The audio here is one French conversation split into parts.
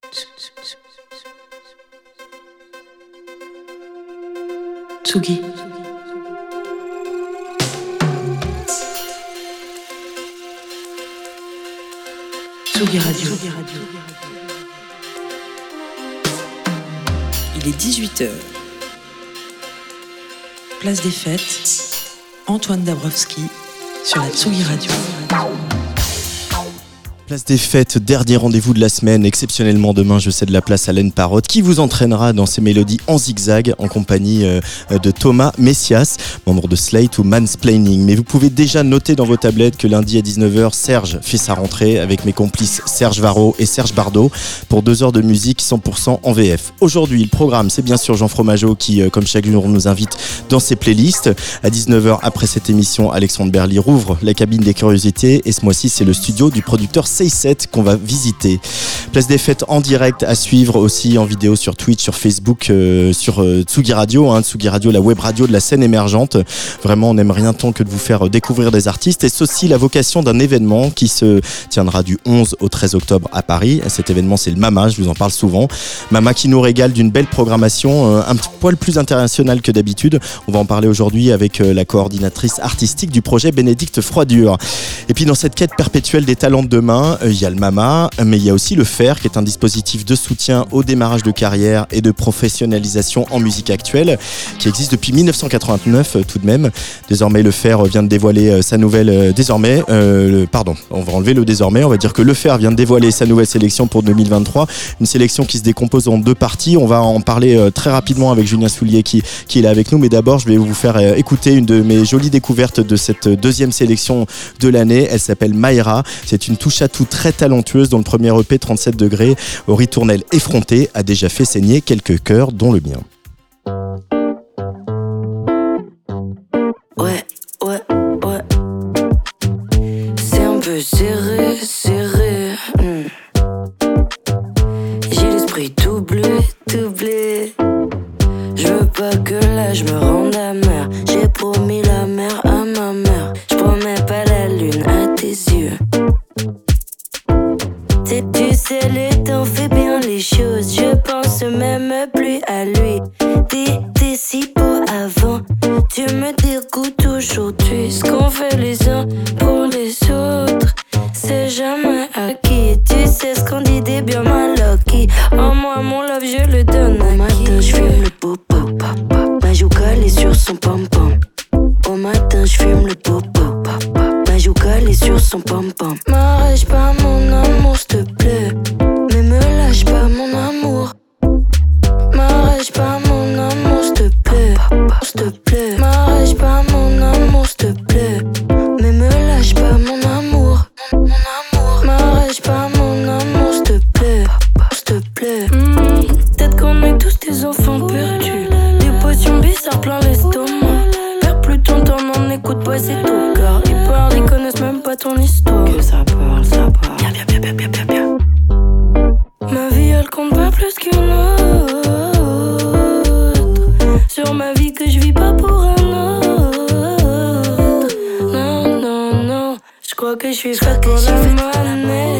Tsugi. Tsugi Radio. Il est 18h. Place des Fêtes. Antoine Dabrowski sur la Tsugi Radio. Place des Fêtes, dernier rendez-vous de la semaine. Exceptionnellement demain, je cède la place à Laine Parotte qui vous entraînera dans ses mélodies en zigzag en compagnie de Thomas Messias, membre de Slate ou Mansplaining. Mais vous pouvez déjà noter dans vos tablettes que lundi à 19h, Serge fait sa rentrée avec mes complices Serge Varro et Serge Bardot pour 2 heures de musique 100% en VF. Aujourd'hui, le programme, c'est bien sûr Jean Fromageau qui, comme chaque jour, nous invite dans ses playlists. À 19h, après cette émission, Alexandre Berly rouvre la cabine des curiosités et ce mois-ci, c'est le studio du producteur C7 qu'on va visiter. Place des Fêtes en direct à suivre aussi en vidéo sur Twitch, sur Facebook, sur Tsugi Radio, Tsugi Radio, la web radio de la scène émergente. Vraiment, on n'aime rien tant que de vous faire découvrir des artistes et c'est aussi la vocation d'un événement qui se tiendra du 11 au 13 octobre à Paris. Cet événement, c'est le MAMA, je vous en parle souvent. MAMA qui nous régale d'une belle programmation, un petit poil plus internationale que d'habitude. On va en parler aujourd'hui avec la coordinatrice artistique du projet, Bénédicte Froidure. Et puis dans cette quête perpétuelle des talents de demain, il y a le MAMA, mais il y a aussi le FAIR qui est un dispositif de soutien au démarrage de carrière et de professionnalisation en musique actuelle qui existe depuis 1989 tout de même. Désormais, le FAIR vient de dévoiler sa nouvelle... on va enlever le désormais. On va dire que le FAIR vient de dévoiler sa nouvelle sélection pour 2023. Une sélection qui se décompose en 2 parties. On va en parler très rapidement avec Julien Soulier qui est là avec nous. Mais d'abord, je vais vous faire écouter une de mes jolies découvertes de cette 2e sélection de l'année. Elle s'appelle Mayra. C'est une touche à tout très talentueuse dont le premier EP 37 degrés au ritournelle effronté a déjà fait saigner quelques cœurs dont le mien. Ouais, c'est un peu serré. J'ai l'esprit tout bleu. Je veux pas que là je me rende amer. J'ai promis la mer à ma mère. Je promets pas la lune à tes yeux. Tu sais, le temps fait bien les choses. Je pense même plus à lui. T'es si beau avant. Tu me dégoûtes aujourd'hui. Ce qu'on fait les uns pour les autres, c'est jamais acquis. Tu sais ce qu'on dit des bien mal acquis. En moi, mon love, je le donne à qui. Au matin, je fume le popo. Ma joue calée sur son pom-pom. Au matin, je fume le popo. Ma joue calée sur son pom-pom. M'arrête pas mon amour, s'il te plaît. Mais me lâche pas mon amour. M'arrête pas mon amour, s'il te plaît. M'arrête pas mon amour, s'il te plaît. Mais me lâche pas mon amour. M'arrête pas mon amour, s'il te plaît. Peut-être qu'on est tous des enfants perdus. Des potions bizarres plein l'estomac. Perds plus ton temps, n'en écoute pas, c'est tout. Car ils connaissent même pas ton histoire. Que ça parle. Bien. Ma vie, elle compte pas plus qu'une autre. Sur ma vie que je vis pas pour un autre. Non. Je crois que je suis faite pour la monnaie.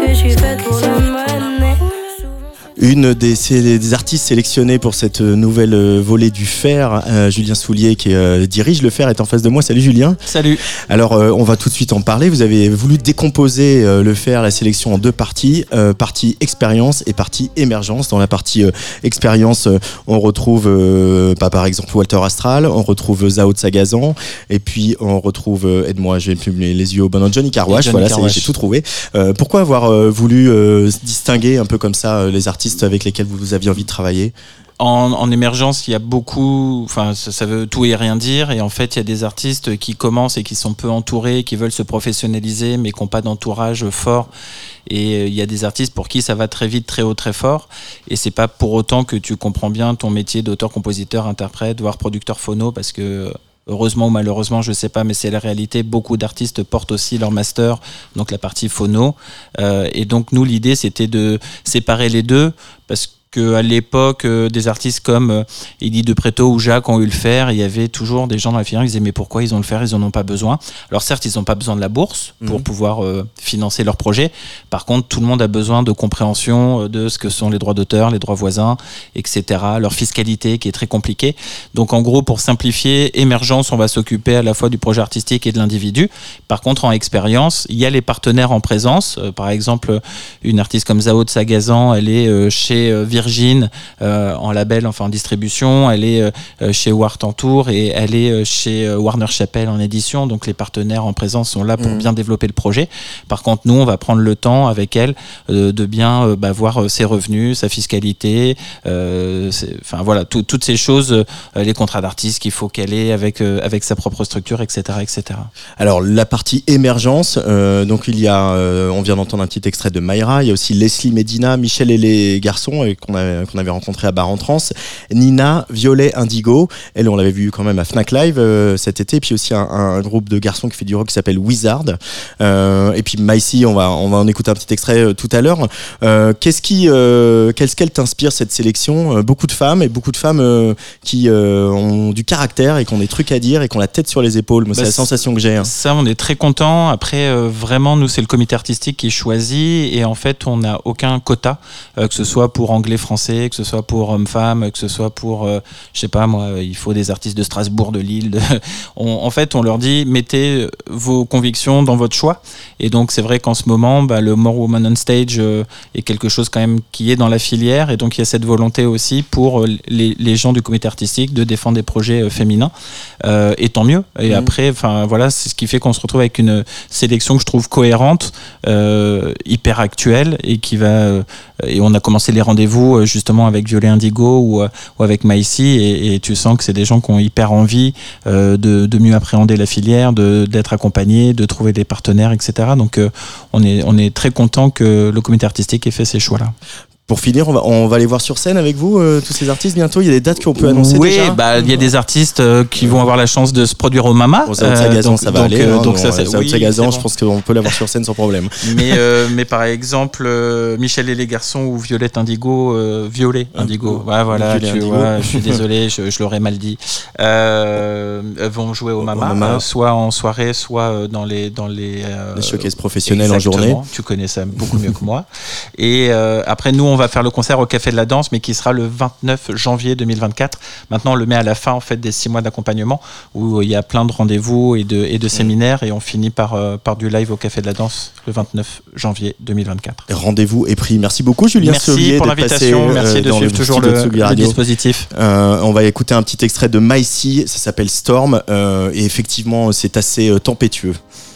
Une des artistes sélectionnés pour cette nouvelle volée du FAIR, Julien Soulier qui dirige le FAIR est en face de moi. Salut Julien. Salut. Alors on va tout de suite en parler. Vous avez voulu décomposer le FAIR, la sélection en 2 parties, partie expérience et partie émergence. Dans la partie expérience, on retrouve par exemple Walter Astral, on retrouve Zao de Sagazan et puis on retrouve, aide-moi, j'ai plus les yeux au bon, Johnny Carwash. Voilà, ça y est, j'ai tout trouvé. Pourquoi avoir voulu distinguer un peu comme ça les artistes avec lesquels vous aviez envie de travailler? En émergence, il y a beaucoup, ça veut tout et rien dire, et en fait, il y a des artistes qui commencent et qui sont peu entourés, qui veulent se professionnaliser, mais qui n'ont pas d'entourage fort. Et il y a des artistes pour qui ça va très vite, très haut, très fort, et c'est pas pour autant que tu comprends bien ton métier d'auteur, compositeur, interprète, voire producteur phono, parce que heureusement ou malheureusement, je sais pas, mais c'est la réalité. Beaucoup d'artistes portent aussi leur master, donc la partie phono. Et donc nous, l'idée, c'était de séparer les deux, parce qu'à l'époque, des artistes comme Eddie De Pretto ou Jacques ont eu le faire. Il y avait toujours des gens dans la filière qui disaient mais pourquoi ils ont le faire, ils en ont pas besoin. Alors certes, ils n'ont pas besoin de la bourse pour pouvoir financer leur projet. Par contre, tout le monde a besoin de compréhension de ce que sont les droits d'auteur, les droits voisins, etc. Leur fiscalité qui est très compliquée. Donc en gros, pour simplifier, Émergence, on va s'occuper à la fois du projet artistique et de l'individu. Par contre, en expérience, il y a les partenaires en présence. Par exemple, une artiste comme Zao de Sagazan, elle est chez Virgin en label, enfin en distribution, elle est chez Wart en tour et elle est chez Warner Chappell en édition. Donc les partenaires en présence sont là pour bien développer le projet. Par contre, nous, on va prendre le temps avec elle de bien voir ses revenus, sa fiscalité, enfin voilà, toutes ces choses, les contrats d'artistes qu'il faut qu'elle ait avec sa propre structure, etc., etc. Alors la partie émergence, donc il y a, on vient d'entendre un petit extrait de Mayra, il y a aussi Leslie Medina, Michel et les garçons qu'on avait rencontré à Bar en Trance, Nina, Violet, Indigo, elle on l'avait vu quand même à Fnac Live cet été, et puis aussi un groupe de garçons qui fait du rock qui s'appelle Wizard, et puis Maïsi, on va en écouter un petit extrait tout à l'heure. Qu'est-ce qu'elle t'inspire cette sélection? Beaucoup de femmes qui ont du caractère et qui ont des trucs à dire et qui ont la tête sur les épaules. Moi, c'est la sensation que j'ai. Ça, on est très content. Après, vraiment, nous, c'est le comité artistique qui choisit et en fait, on n'a aucun quota, que ce soit pour anglais, français, que ce soit pour hommes-femmes, que ce soit pour, je sais pas moi, il faut des artistes de Strasbourg, de Lille. En fait, on leur dit, mettez vos convictions dans votre choix. Et donc, c'est vrai qu'en ce moment, le More Women on Stage est quelque chose quand même qui est dans la filière. Et donc, il y a cette volonté aussi pour les gens du comité artistique de défendre des projets féminins. Et tant mieux. Et après, enfin voilà, c'est ce qui fait qu'on se retrouve avec une sélection que je trouve cohérente, hyper actuelle et qui va. Et on a commencé les rendez-vous justement avec Violet Indigo ou avec Maïsi et tu sens que c'est des gens qui ont hyper envie de mieux appréhender la filière, d'être accompagnés, de trouver des partenaires, etc. Donc on est très content que le comité artistique ait fait ces choix-là. Pour finir, on va aller voir sur scène avec vous tous ces artistes bientôt. Il y a des dates qu'on peut annoncer déjà. Oui, il y a des artistes qui vont avoir la chance de se produire au MAMA. Bon, Sagazan, ça va aller. Donc ça, Sagazan, bon. Je pense qu'on peut l'avoir sur scène sans problème. Mais par exemple, Michel et les garçons ou Violet Indigo, ouais, voilà, Violet Indigo. Vois, je suis désolé, je l'aurais mal dit. Vont jouer au MAMA, soit en soirée, soit dans les showcases professionnels en journée. Tu connais ça beaucoup mieux que moi. Et après, nous, on va faire le concert au Café de la Danse, mais qui sera le 29 janvier 2024. Maintenant, on le met à la fin en fait des 6 mois d'accompagnement, où il y a plein de rendez-vous et de séminaires, et on finit par du live au Café de la Danse le 29 janvier 2024. Rendez-vous est pris. Merci beaucoup, Julien. Merci pour l'invitation. Merci de suivre toujours le dispositif. On va écouter un petit extrait de Maïsi. Ça s'appelle Storm, et effectivement, c'est assez tempétueux.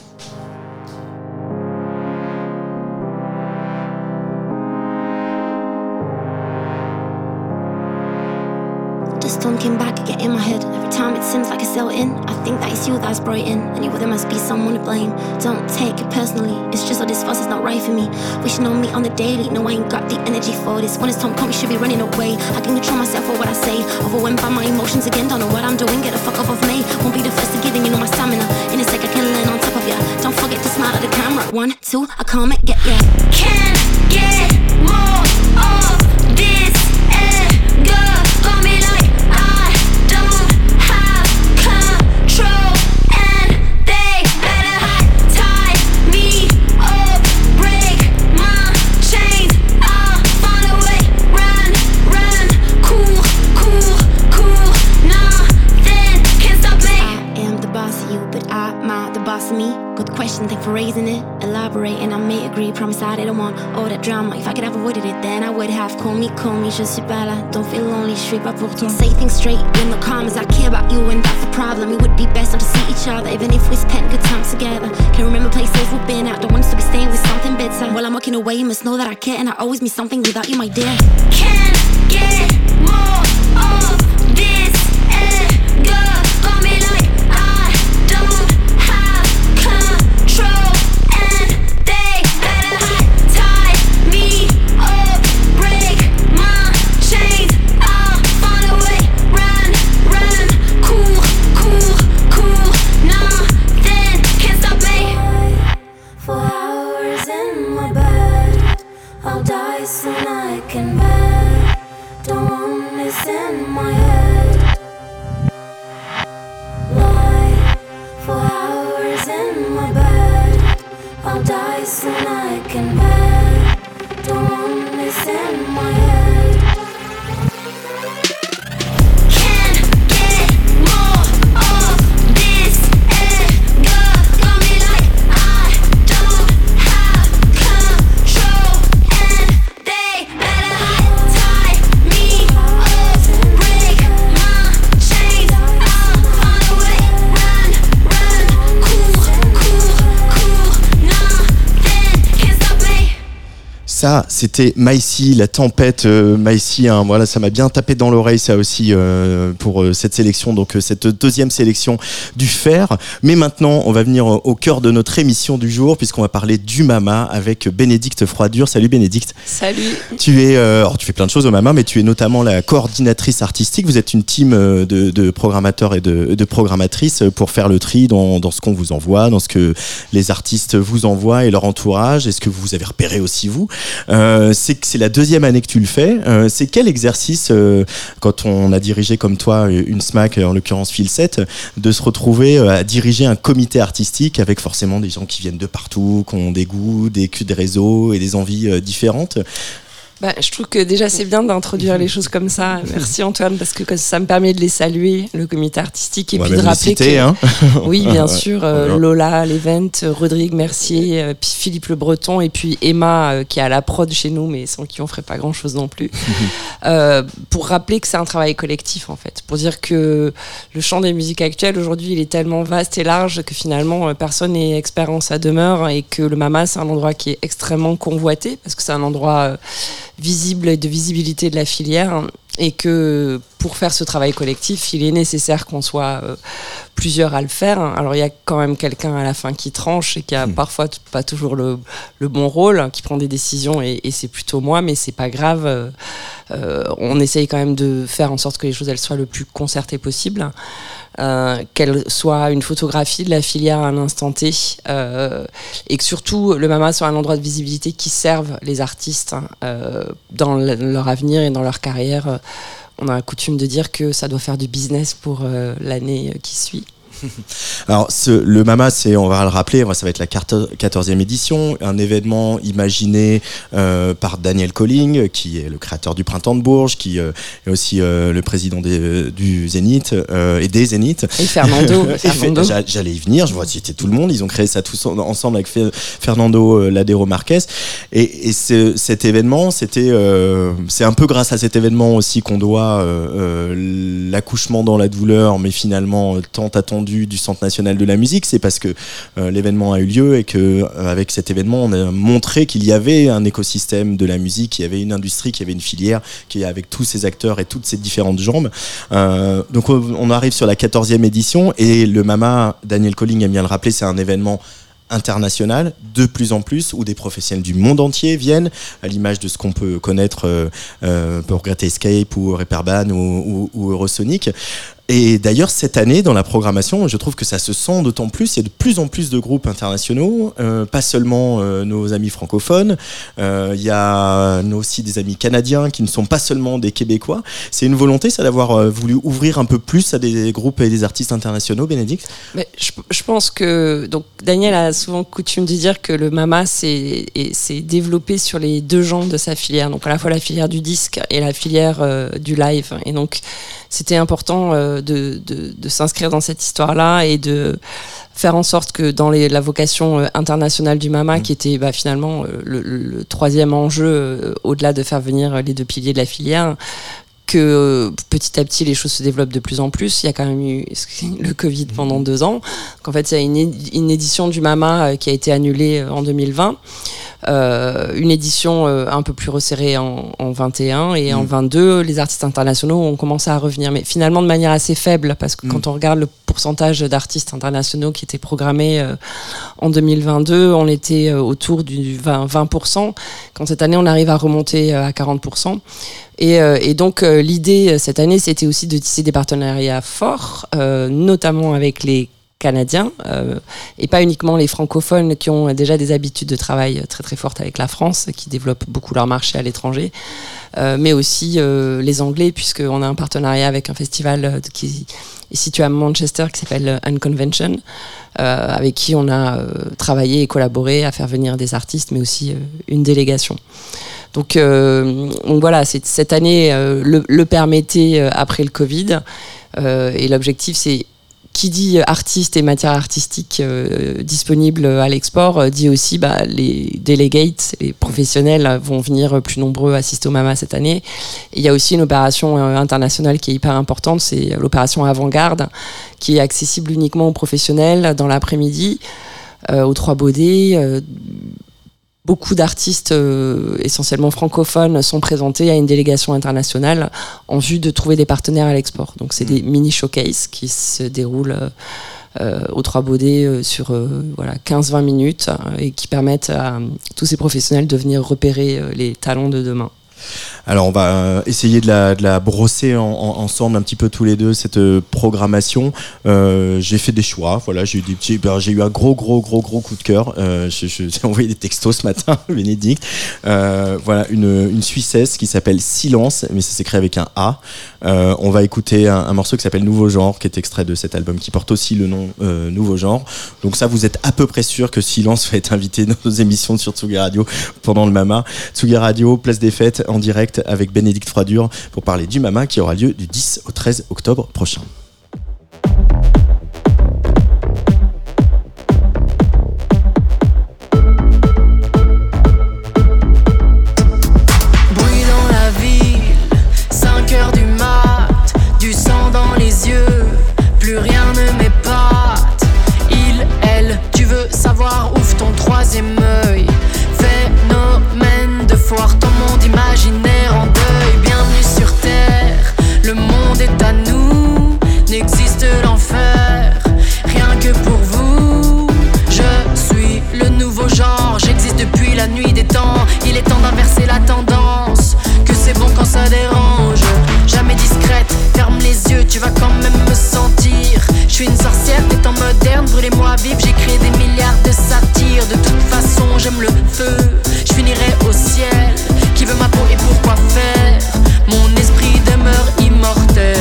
The storm came back again in my head. Every time it seems like it's settled in, I think that it's you that's brought it in. And you, there must be someone to blame. Don't take it personally, it's just that this fuss is not right for me. Wishing on me on the daily, no I ain't got the energy for this. When it's time come, you should be running away. I can control myself for what I say. Overwhelmed by my emotions again, don't know what I'm doing. Get the fuck off of me. Won't be the first to give you know my stamina. In a sec I can learn on top of ya. Don't forget to smile at the camera. 1, 2, I can't get ya. Can't get more of this anger. Got me like I don't have control, and they better tie me up, break my chains. I'll find a way, run, cool, nothing can stop me. I am the boss of you, but am I the boss of me? Good question, thanks for raising it. Elaborate and I may agree, promise I didn't want all that drama. If I could have avoided it, then I would have. Call me, je suis pas là. Don't feel lonely, je suis pas pour toi. Say things straight, you're no calm as I care about you and that's the problem. It would be best not to see each other, even if we spent good times together. Can't remember places we've been at, don't want us to be staying with something better. While I'm walking away, you must know that I care and I always miss something without you, my dear. Can't get more of this anger. Got me like I don't have control, and they better tie me up, break my chains. I'll find a way, run, cool, nothing can stop me. 4 hours in my bed, I'll die soon I can bet. this in my head. Lie for hours in my bed. I'll die soon, I can bet. Don't want this in my head. Can't get more of this anger. Got me like I don't have control, and they better tie me up, break my chains. I'm on the way, run, cool, nothing can stop me. Ça, c'était Maïsi, la tempête. Maïsi, hein, voilà, ça m'a bien tapé dans l'oreille, ça aussi, pour cette sélection, donc cette deuxième sélection du Fer. Mais maintenant, on va venir au cœur de notre émission du jour, puisqu'on va parler du Mama avec Bénédicte Froidure. Salut Bénédicte. Salut. Tu es, alors tu fais plein de choses au Mama, mais tu es notamment la coordinatrice artistique. Vous êtes une team de programmateurs et de programmatrices pour faire le tri dans ce qu'on vous envoie, dans ce que les artistes vous envoient et leur entourage, et ce que vous avez repéré aussi vous. C'est la deuxième année que tu le fais. C'est quel exercice, quand on a dirigé comme toi une SMAC, en l'occurrence Filset, de se retrouver à diriger un comité artistique avec forcément des gens qui viennent de partout, qui ont des goûts, des réseaux et des envies différentes. Je trouve que déjà c'est bien d'introduire les choses comme ça. Merci Antoine, parce que ça me permet de les saluer, le comité artistique, et puis de rappeler citer, que oui, bien ouais, sûr, Lola l'Event, Rodrigue Mercier, puis Philippe Le Breton, et puis Emma qui est à la prod chez nous, mais sans qui on ferait pas grand chose non plus. Pour rappeler que c'est un travail collectif en fait, pour dire que le champ des musiques actuelles aujourd'hui il est tellement vaste et large que finalement personne n'est expert en sa demeure, et que le Mama c'est un endroit qui est extrêmement convoité parce que c'est un endroit visible et de visibilité de la filière, et que pour faire ce travail collectif il est nécessaire qu'on soit plusieurs à le faire. Alors il y a quand même quelqu'un à la fin qui tranche et qui a parfois pas toujours le bon rôle, qui prend des décisions, et c'est plutôt moi, mais c'est pas grave. On essaye quand même de faire en sorte que les choses elles soient le plus concertées possible. Qu'elle soit une photographie de la filière à un instant T, et que surtout le Mama soit un endroit de visibilité qui serve les artistes dans leur avenir et dans leur carrière. On a coutume de dire que ça doit faire du business pour l'année qui suit. Alors le Mama, on va le rappeler, ça va être la 14e édition, un événement imaginé par Daniel Colling, qui est le créateur du Printemps de Bourges, qui est aussi le président du Zénith et des Zéniths. Et Fernando. J'allais y venir, je vois c'était tout le monde, ils ont créé ça tous ensemble avec Fernando Ladero Marquez, et cet événement, c'est un peu grâce à cet événement aussi qu'on doit l'accouchement dans la douleur, mais finalement tant attendu, du Centre national de la musique. C'est parce que l'événement a eu lieu, et que avec cet événement on a montré qu'il y avait un écosystème de la musique, qu'il y avait une industrie, qu'il y avait une filière, qu'il y avait avec tous ces acteurs et toutes ces différentes jambes. Donc on arrive sur la 14e édition, et le Mama, Daniel Colling aime bien le rappeler, c'est un événement international de plus en plus, où des professionnels du monde entier viennent, à l'image de ce qu'on peut connaître pour Great Escape ou Reeperbahn ou Eurosonic. Et d'ailleurs, cette année, dans la programmation, je trouve que ça se sent d'autant plus. Il y a de plus en plus de groupes internationaux, pas seulement nos amis francophones. Il y a aussi des amis canadiens qui ne sont pas seulement des Québécois. C'est une volonté, ça, d'avoir voulu ouvrir un peu plus à des groupes et des artistes internationaux, Bénédicte ? Mais je pense que donc Daniel a souvent coutume de dire que le Mama s'est développé sur les deux jambes de sa filière, donc à la fois la filière du disque et la filière du live. Et donc c'était important de s'inscrire dans cette histoire-là et de faire en sorte que dans la vocation internationale du Mama, qui était finalement le troisième enjeu, au-delà de faire venir les deux piliers de la filière, que petit à petit les choses se développent de plus en plus. Il y a quand même eu le Covid pendant 2 ans. Donc en fait, il y a une édition du Mama qui a été annulée en 2020. Une édition un peu plus resserrée en 21, et en 22 les artistes internationaux ont commencé à revenir, mais finalement de manière assez faible, parce que quand on regarde le pourcentage d'artistes internationaux qui étaient programmés en 2022, on était autour du 20%, quand cette année on arrive à remonter à 40%. Et donc l'idée cette année, c'était aussi de tisser des partenariats forts, notamment avec les Canadiens, et pas uniquement les francophones qui ont déjà des habitudes de travail très très fortes avec la France, qui développent beaucoup leur marché à l'étranger, mais aussi les Anglais, puisqu'on a un partenariat avec un festival qui est situé à Manchester qui s'appelle Unconvention, avec qui on a travaillé et collaboré à faire venir des artistes, mais aussi une délégation. Donc voilà, cette année le permettait après le Covid, et l'objectif c'est, qui dit artiste et matière artistique disponible à l'export, dit aussi les delegates, les professionnels vont venir plus nombreux assister au MAMA cette année. Et il y a aussi une opération internationale qui est hyper importante, c'est l'opération Avant-Garde, qui est accessible uniquement aux professionnels dans l'après-midi, aux Trois Baudets. Beaucoup d'artistes, essentiellement francophones, sont présentés à une délégation internationale en vue de trouver des partenaires à l'export. Donc c'est des mini-showcases qui se déroulent aux Trois Baudets sur 15-20 minutes et qui permettent à tous ces professionnels de venir repérer les talents de demain. Alors on va essayer de la brosser ensemble un petit peu tous les deux, cette programmation. J'ai fait des choix, voilà, j'ai eu un gros coup de cœur. J'ai envoyé des textos ce matin, Bénédicte. Voilà, une Suissesse qui s'appelle Silence, mais ça s'écrit avec un A. On va écouter un morceau qui s'appelle Nouveau Genre, qui est extrait de cet album, qui porte aussi le nom Nouveau Genre. Donc ça, vous êtes à peu près sûr que Silence va être invité dans nos émissions sur Tsugi Radio pendant le MAMA. Tsugi Radio, Place des Fêtes, en direct avec Bénédicte Froidure pour parler du MAMA qui aura lieu du 10 au 13 octobre prochain. Bruit dans la ville, 5 heures du mat, du sang dans les yeux, plus rien ne m'épate. Il, elle, tu veux savoir, ouvre ton troisième œil. Phénomène de foire, ton monde imaginaire en deuil. Bienvenue sur terre, le monde est à nous. N'existe l'enfer, rien que pour vous. Je suis le nouveau genre, j'existe depuis la nuit des temps. Il est temps d'inverser la tendance, que c'est bon quand ça dérange. Jamais discrète, ferme les yeux, tu vas quand même me sentir. Je suis une sorcière des temps modernes, brûlez-moi vive, j'ai créé des milliards de satires. De toute façon j'aime le feu, je finirai au ciel. Qui veut ma peau et pourquoi faire? Mon esprit demeure immortel.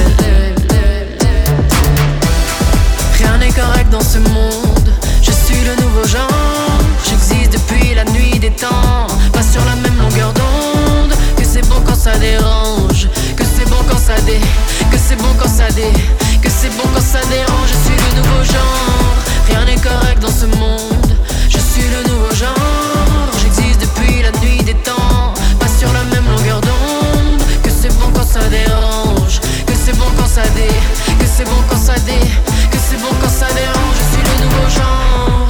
Rien n'est correct dans ce monde, je suis le nouveau genre. J'existe depuis la nuit des temps, pas sur la même longueur d'onde. Que c'est bon quand ça dérange, que c'est bon quand ça que c'est bon quand ça que c'est bon quand ça dérange. Je suis le nouveau genre, rien n'est correct dans ce monde. Je suis le nouveau genre, j'existe depuis la nuit des temps, pas sur la même longueur d'onde. Que c'est bon quand ça dérange, que c'est bon quand ça que c'est bon quand ça que c'est bon quand ça dérange. Je suis le nouveau genre.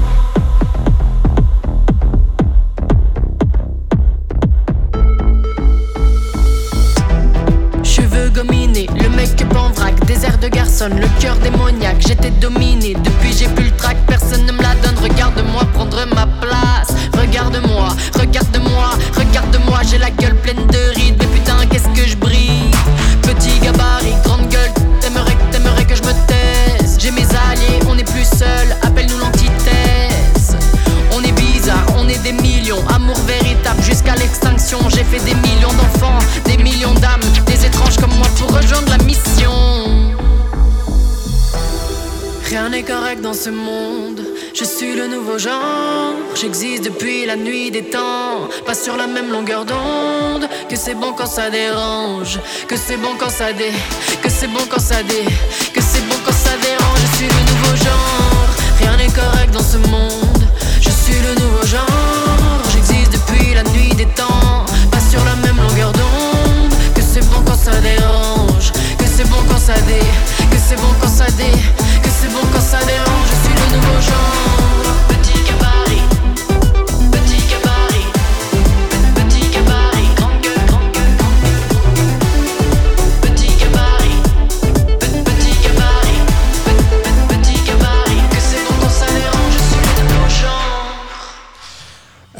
Cheveux gominés, le make-up en vrac, désert de garçon, le cœur démoniaque. J'étais dominé, depuis j'ai plus le trac, personne ne me la donne. Regarde-moi prendre ma place, regarde-moi, regarde-moi, regarde-moi. J'ai la gueule pleine de rides, mais putain qu'est-ce que je brille. Petit gabarit, grande gueule, t'aimerais que je me taise. J'ai mes alliés, on n'est plus seul, appelle-nous l'antithèse. On est bizarre, on est des millions, amour véritable jusqu'à l'extinction. J'ai fait des millions d'enfants, des millions d'âmes, des étranges comme moi pour rejoindre la mission. Rien n'est correct dans ce monde, je suis le nouveau genre. J'existe depuis la nuit des temps, pas sur la même longueur d'onde. Que c'est bon quand ça dérange, que c'est bon quand ça que c'est bon quand ça que c'est bon quand ça dérange. Je suis le nouveau genre, rien n'est correct dans ce monde. Je suis le nouveau genre, j'existe depuis la nuit des temps, pas sur la même longueur d'onde. Que c'est bon quand ça dérange, que c'est bon quand ça que c'est bon quand ça que c'est bon quand ça dérange. Je suis le nouveau genre. Petit gabarit, petit gabarit, petit gabarit, grande gueule, grande gueule, grande gueule. Petit gabarit, petit gabarit, petit gabarit, que c'est bon quand ça dérange. Je suis le nouveau genre. Alors,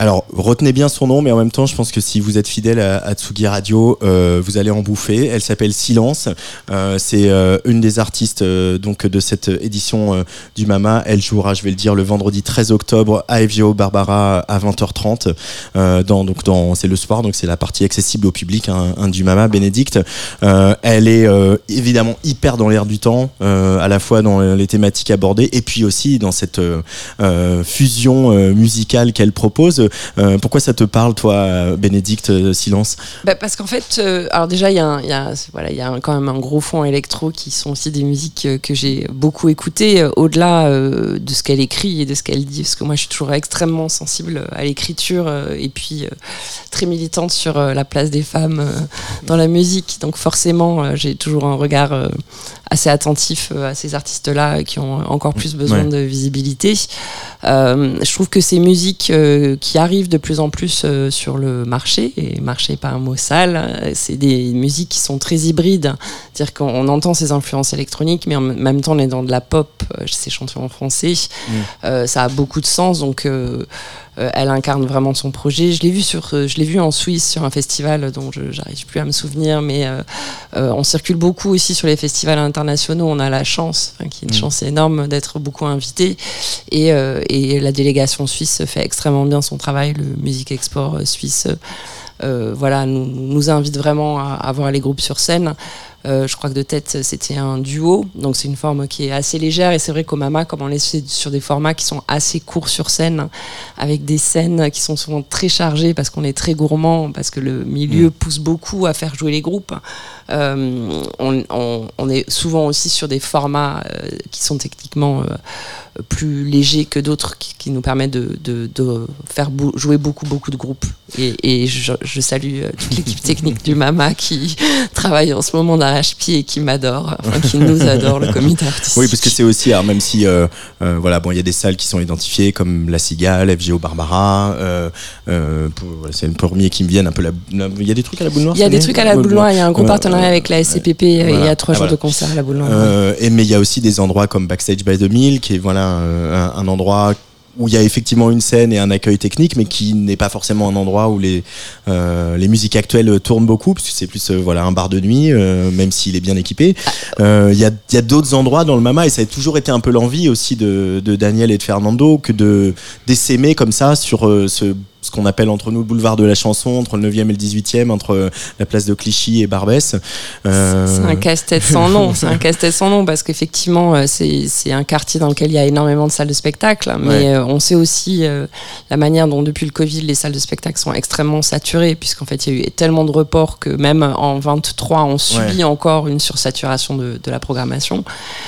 retenez bien son nom, mais en même temps, je pense que si vous êtes fidèle à Tsugi Radio, vous allez en bouffer. Elle s'appelle Silence. C'est une des artistes donc de cette édition du MAMA. Elle jouera, je vais le dire, le vendredi 13 octobre à FGO Barbara à 20h30. C'est le soir, donc c'est la partie accessible au public du MAMA, Bénédicte. Elle est évidemment hyper dans l'air du temps, à la fois dans les thématiques abordées et puis aussi dans cette fusion musicale qu'elle propose. Pourquoi ça te parle, toi, Bénédicte, Silence ? Parce qu'en fait, alors déjà, il y a quand même un gros fond électro qui sont aussi des musiques que j'ai beaucoup écoutées, au-delà de ce qu'elle écrit et de ce qu'elle dit, parce que moi, je suis toujours extrêmement sensible à l'écriture et puis très militante sur la place des femmes dans la musique. Donc forcément, j'ai toujours un regard assez attentif à ces artistes-là qui ont encore plus besoin de visibilité. Je trouve que ces musiques qui arrivent de plus en plus sur le marché, et marché pas un mot sale, c'est des musiques qui sont très hybrides, c'est-à-dire qu'on entend ces influences électroniques, mais en même temps on est dans de la pop, ces chansons en français, ça a beaucoup de sens, donc elle incarne vraiment son projet. Je l'ai vu en Suisse sur un festival dont j'arrive plus à me souvenir, mais on circule beaucoup aussi sur les festivals internationaux. On a la chance, qui est une chance énorme, d'être beaucoup invités. Et la délégation suisse fait extrêmement bien son travail. Le Music Export suisse nous invite vraiment à avoir les groupes sur scène. Je crois que de tête c'était un duo, donc c'est une forme qui est assez légère, et c'est vrai qu'au MAMA, comme on est sur des formats qui sont assez courts sur scène, avec des scènes qui sont souvent très chargées parce qu'on est très gourmand, parce que le milieu pousse beaucoup à faire jouer les groupes, on est souvent aussi sur des formats qui sont techniquement plus légers que d'autres, qui nous permettent de faire jouer beaucoup de groupes, et je salue toute l'équipe technique du MAMA qui travaille en ce moment d'arrache-pied et qui m'adore, qui nous adore, le comité artistique. Oui, parce que c'est aussi, alors même si il y a des salles qui sont identifiées comme La Cigale, FGO Barbara, c'est le premier qui me viennent un peu. Il y a des trucs à la Boule Noire. Il y a des trucs à la Boule Noire, il y a un gros partenariat avec la SCPP, il y a 3 jours de concert à la Boule Noire. Mais il y a aussi des endroits comme Backstage by the Mill, qui est un endroit où il y a effectivement une scène et un accueil technique, mais qui n'est pas forcément un endroit où les musiques actuelles tournent beaucoup, parce que c'est plus un bar de nuit, même s'il est bien équipé. Il y a d'autres endroits dans le MAMA, et ça a toujours été un peu l'envie aussi de Daniel et de Fernando, que d'essaimer comme ça sur ce qu'on appelle entre nous le boulevard de la chanson, entre le 9e et le 18e, entre la place de Clichy et Barbès. C'est un casse-tête sans nom, parce qu'effectivement, c'est un quartier dans lequel il y a énormément de salles de spectacle, mais on sait aussi la manière dont, depuis le Covid, les salles de spectacle sont extrêmement saturées, puisqu'en fait, il y a eu tellement de reports que même en 23, on subit encore une sursaturation de la programmation.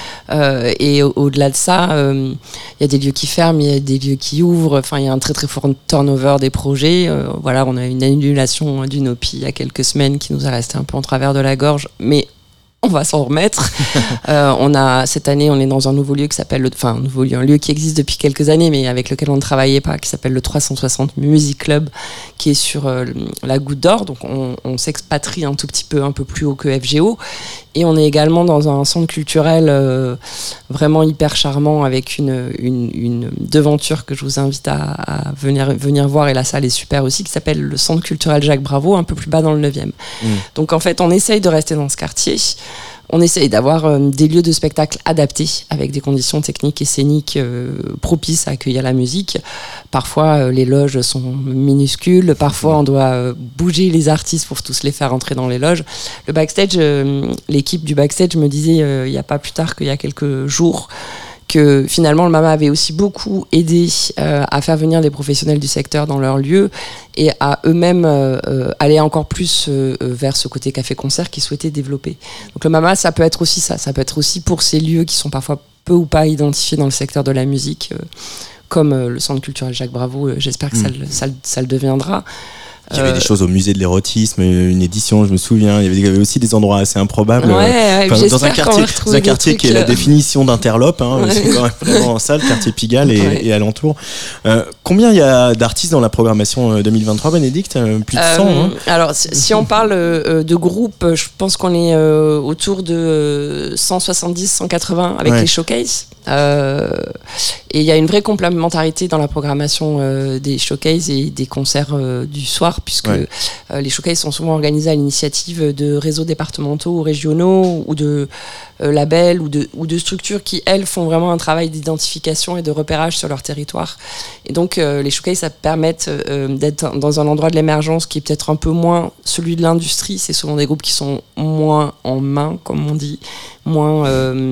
Et au-delà de ça, il y a des lieux qui ferment, il y a des lieux qui ouvrent, il y a un très très fort turnover des projets. On a une annulation d'une OPI il y a quelques semaines qui nous a resté un peu en travers de la gorge, mais on va s'en remettre. Cette année, on est dans un nouveau lieu qui s'appelle, un lieu qui existe depuis quelques années, mais avec lequel on ne travaillait pas, qui s'appelle le 360 Music Club, qui est sur la Goutte d'Or. Donc, on s'expatrie un tout petit peu, un peu plus haut que FGO. Et on est également dans un centre culturel vraiment hyper charmant, avec une devanture que je vous invite à venir voir, et la salle est super aussi, qui s'appelle le Centre culturel Jacques Bravo, un peu plus bas dans le 9e. Donc en fait, on essaye de rester dans ce quartier. On essaye d'avoir des lieux de spectacle adaptés, avec des conditions techniques et scéniques propices à accueillir la musique. Parfois, les loges sont minuscules. Parfois, on doit bouger les artistes pour tous les faire entrer dans les loges. Le backstage, l'équipe du backstage me disait, il n'y a pas plus tard qu'il y a quelques jours, que finalement le MAMA avait aussi beaucoup aidé à faire venir des professionnels du secteur dans leur lieu, et à eux-mêmes aller encore plus vers ce côté café-concert qu'ils souhaitaient développer. Donc le MAMA, ça peut être aussi ça peut être aussi pour ces lieux qui sont parfois peu ou pas identifiés dans le secteur de la musique, comme le Centre culturel Jacques Bravo, j'espère que ça le deviendra. Il y avait des choses au musée de l'érotisme, une édition, je me souviens. Il y avait aussi des endroits assez improbables. Dans un quartier qui est la définition d'interlope. C'est quand même vraiment ça, le quartier Pigalle et alentour. Combien il y a d'artistes dans la programmation 2023, Bénédicte ? Plus de 100 Alors, si on parle de groupes, je pense qu'on est autour de 170, 180 avec les showcases. Et il y a une vraie complémentarité dans la programmation des showcases et des concerts du soir, puisque les showcases sont souvent organisés à l'initiative de réseaux départementaux ou régionaux ou de labels ou de structures qui, elles, font vraiment un travail d'identification et de repérage sur leur territoire. Et donc, les showcases, ça permet d'être dans un endroit de l'émergence qui est peut-être un peu moins celui de l'industrie. C'est souvent des groupes qui sont moins en main, comme on dit, moins...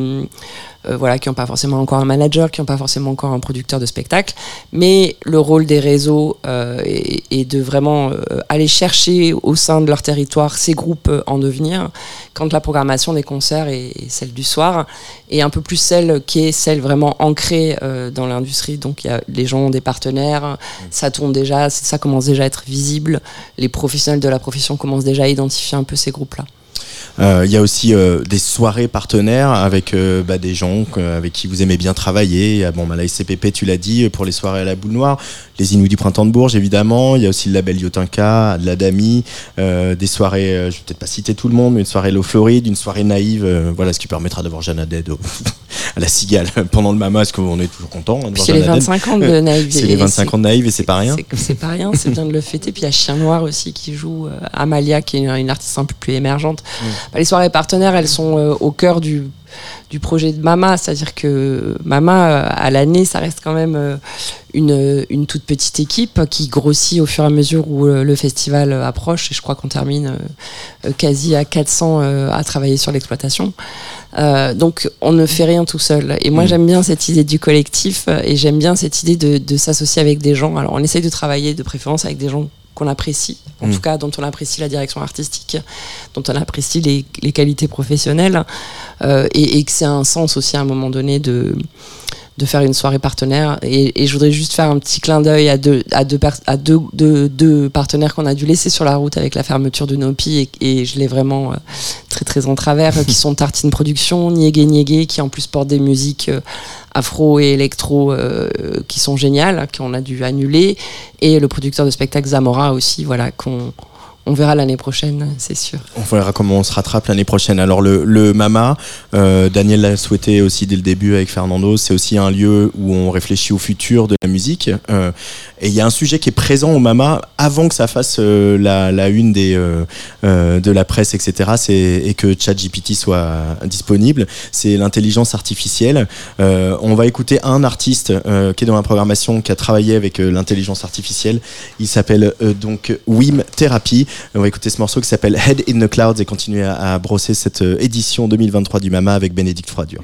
qui n'ont pas forcément encore un manager, qui n'ont pas forcément encore un producteur de spectacle, mais le rôle des réseaux est de vraiment aller chercher au sein de leur territoire ces groupes en devenir, quand la programmation des concerts est celle du soir, et un peu plus celle qui est celle vraiment ancrée dans l'industrie. Donc les gens ont des partenaires, ça tourne déjà, ça commence déjà à être visible, les professionnels de la profession commencent déjà à identifier un peu ces groupes-là. Il y a aussi des soirées partenaires avec des gens avec qui vous aimez bien travailler. La SCPP, tu l'as dit, pour les soirées à la Boule Noire, les Inouïs du Printemps de Bourges, évidemment. Il y a aussi le label Yotinka, de la Dami, des soirées, je vais peut-être pas citer tout le monde, mais une soirée Low Floride, une soirée Naïve, ce qui permettra d'avoir Jeanne Haddad à la Cigale pendant le Mama, parce qu'on est toujours content. C'est les 25 ans de Naïve. C'est les 25 ans de Naïve et c'est pas rien. C'est pas rien, c'est bien de le fêter. Puis il y a Chien Noir aussi qui joue, Amalia, qui est une artiste un peu plus émergente. Les soirées partenaires, elles sont au cœur du projet de Mama, c'est-à-dire que Mama, à l'année, ça reste quand même une toute petite équipe qui grossit au fur et à mesure où le festival approche, et je crois qu'on termine quasi à 400 à travailler sur l'exploitation. Donc on ne fait rien tout seul. Et moi j'aime bien cette idée du collectif, et j'aime bien cette idée de s'associer avec des gens. Alors on essaye de travailler de préférence avec des gens qu'on apprécie, en tout cas dont on apprécie la direction artistique, dont on apprécie les qualités professionnelles, et que c'est un sens aussi à un moment donné de faire une soirée partenaire. Et je voudrais juste faire un petit clin d'œil à deux partenaires qu'on a dû laisser sur la route avec la fermeture de Nopi, et je l'ai vraiment très très en travers, qui sont Tartine Productions, Niégué Niégué, qui en plus portent des musiques afro et électro qui sont géniales, qu'on a dû annuler, et le producteur de spectacle Zamora aussi, qu'on verra l'année prochaine, c'est sûr. On verra comment on se rattrape l'année prochaine. Alors le Mama, Daniel l'a souhaité aussi dès le début avec Fernando, c'est aussi un lieu où on réfléchit au futur de la musique. Et il y a un sujet qui est présent au Mama avant que ça fasse la une de la presse, etc. Et que ChatGPT soit disponible. C'est l'intelligence artificielle. On va écouter un artiste qui est dans la programmation, qui a travaillé avec l'intelligence artificielle. Il s'appelle donc Wim Therapy. On va écouter ce morceau qui s'appelle Head in the Clouds et continuer à brosser cette édition 2023 du Mama avec Bénédicte Froidur.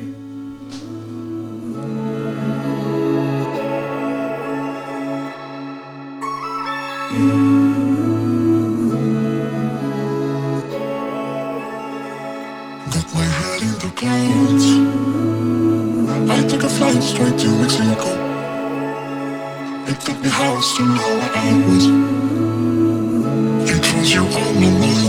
Got my head in the clouds. I took a flight straight to Mexico. It took me hours to know where I was. It was you on my mind.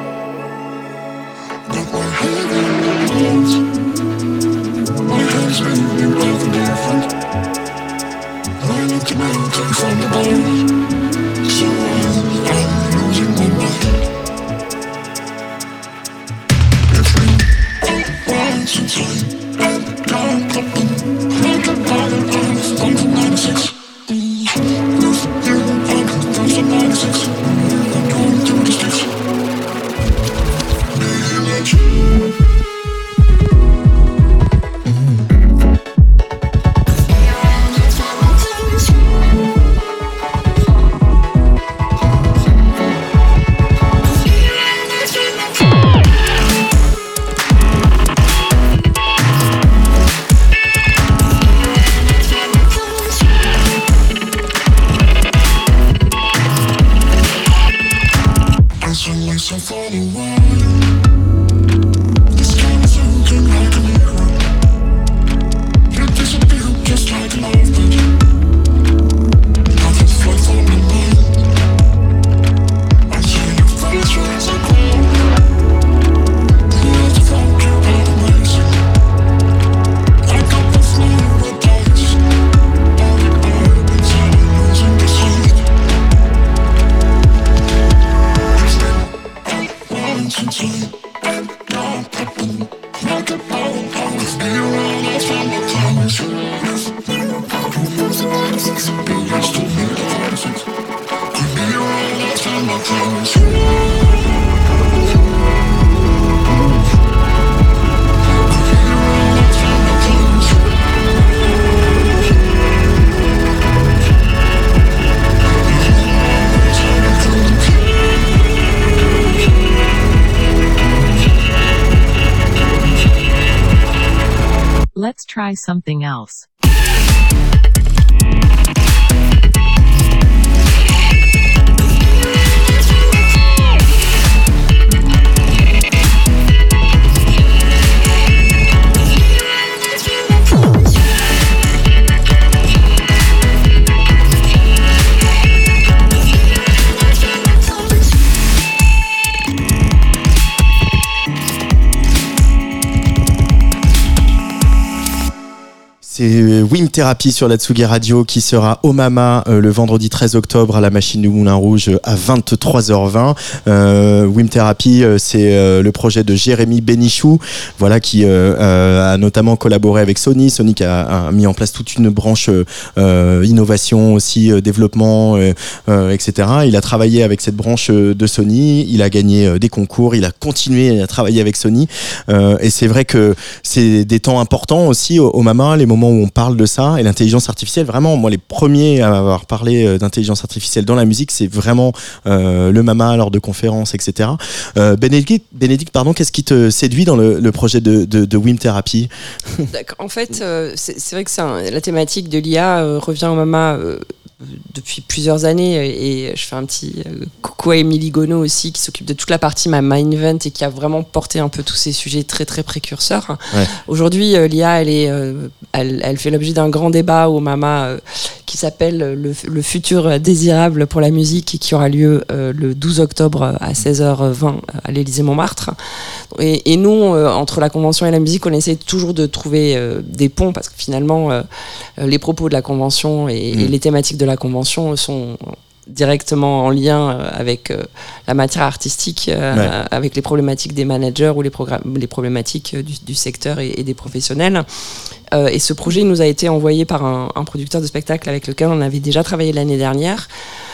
Got my head in the clouds. My hands moving over different. I need to melt from the bottom. So I'm losing my mind. Since I got up and like a bottle of 1996. With you, I can touch the 96. I'm going to the streets. Like a ball, I was near and I found the time. try something else. C'est Wim Therapy sur la Tsugi Radio qui sera au Mama le vendredi 13 octobre à la Machine du Moulin Rouge à 23h20. Wim Therapy, c'est le projet de Jérémy Bénichou, voilà, qui a notamment collaboré avec Sony. Sony qui a mis en place toute une branche innovation aussi, développement, etc. Il a travaillé avec cette branche de Sony, il a gagné des concours, il a continué à travailler avec Sony. Et c'est vrai que c'est des temps importants aussi au Mama, les moments où on parle de ça, et l'intelligence artificielle, vraiment, moi les premiers à avoir parlé d'intelligence artificielle dans la musique, c'est vraiment le Mama lors de conférences, etc. Bénédicte, pardon, qu'est-ce qui te séduit dans le projet de Wim Therapy? D'accord. En fait, c'est vrai que la thématique de l'IA revient au Mama depuis plusieurs années, et je fais un petit coucou à Émilie Gonneau aussi, qui s'occupe de toute la partie Mama Invent et qui a vraiment porté un peu tous ces sujets très très précurseurs. Ouais. Aujourd'hui, l'IA, elle fait l'objet d'un grand débat au Mama qui s'appelle le futur désirable pour la musique, et qui aura lieu le 12 octobre à 16h20 à l'Élysée-Montmartre. Et nous, entre la convention et la musique, on essaie toujours de trouver des ponts, parce que finalement, les propos de la convention et les thématiques de la convention sont directement en lien avec la matière artistique, avec les problématiques des managers ou les problématiques du secteur et des professionnels. Et ce projet nous a été envoyé par un producteur de spectacle avec lequel on avait déjà travaillé l'année dernière.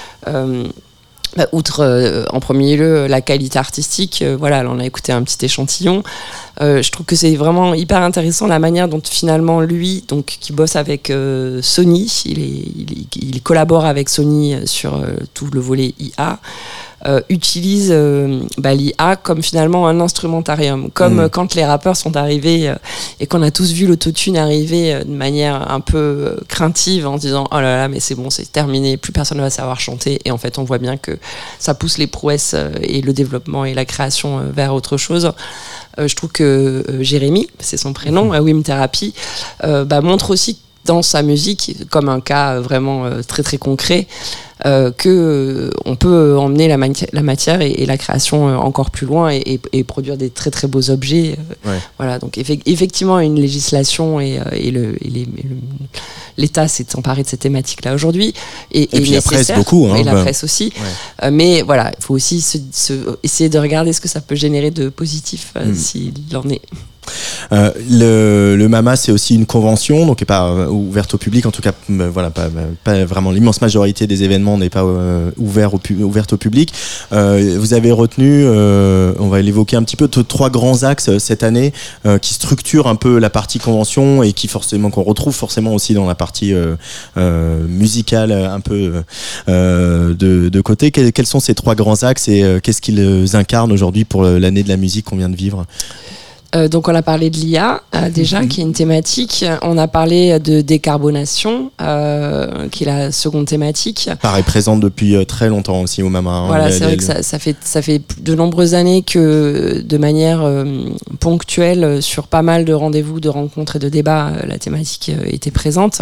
Outre en premier lieu la qualité artistique, voilà, on a écouté un petit échantillon. Je trouve que c'est vraiment hyper intéressant la manière dont finalement lui, donc qui bosse avec Sony, il collabore avec Sony sur tout le volet IA. Utilise l'IA comme finalement un instrumentarium, comme quand les rappeurs sont arrivés et qu'on a tous vu l'autotune arriver de manière un peu craintive en disant oh là là, mais c'est bon, c'est terminé, plus personne ne va savoir chanter, et en fait on voit bien que ça pousse les prouesses et le développement et la création vers autre chose. Je trouve que Jérémy, c'est son prénom, Wim Therapy, montre aussi dans sa musique, comme un cas vraiment très très concret, que on peut emmener la matière et la création encore plus loin et produire des très très beaux objets. Voilà, donc effectivement une législation et l'État s'est emparé de cette thématique-là aujourd'hui. Et puis la presse beaucoup. Et la presse aussi. Mais voilà, il faut aussi essayer de regarder ce que ça peut générer de positif s'il en est. Le Mama, c'est aussi une convention, donc n'est pas ouverte au public, en tout cas voilà, pas vraiment, l'immense majorité des événements n'est pas ouverte au public. Vous avez retenu, on va l'évoquer un petit peu, 3 grands axes cette année qui structurent un peu la partie convention et qu'on retrouve forcément aussi dans la partie musicale un peu de côté. Quels sont ces 3 grands axes et qu'est-ce qu'ils incarnent aujourd'hui pour l'année de la musique qu'on vient de vivre? Donc on a parlé de l'IA déjà, qui est une thématique. On a parlé de décarbonation, qui est la seconde thématique. Pareil, présente depuis très longtemps aussi au Mama. Voilà, c'est vrai que ça fait de nombreuses années que, de manière ponctuelle, sur pas mal de rendez-vous, de rencontres et de débats, la thématique était présente.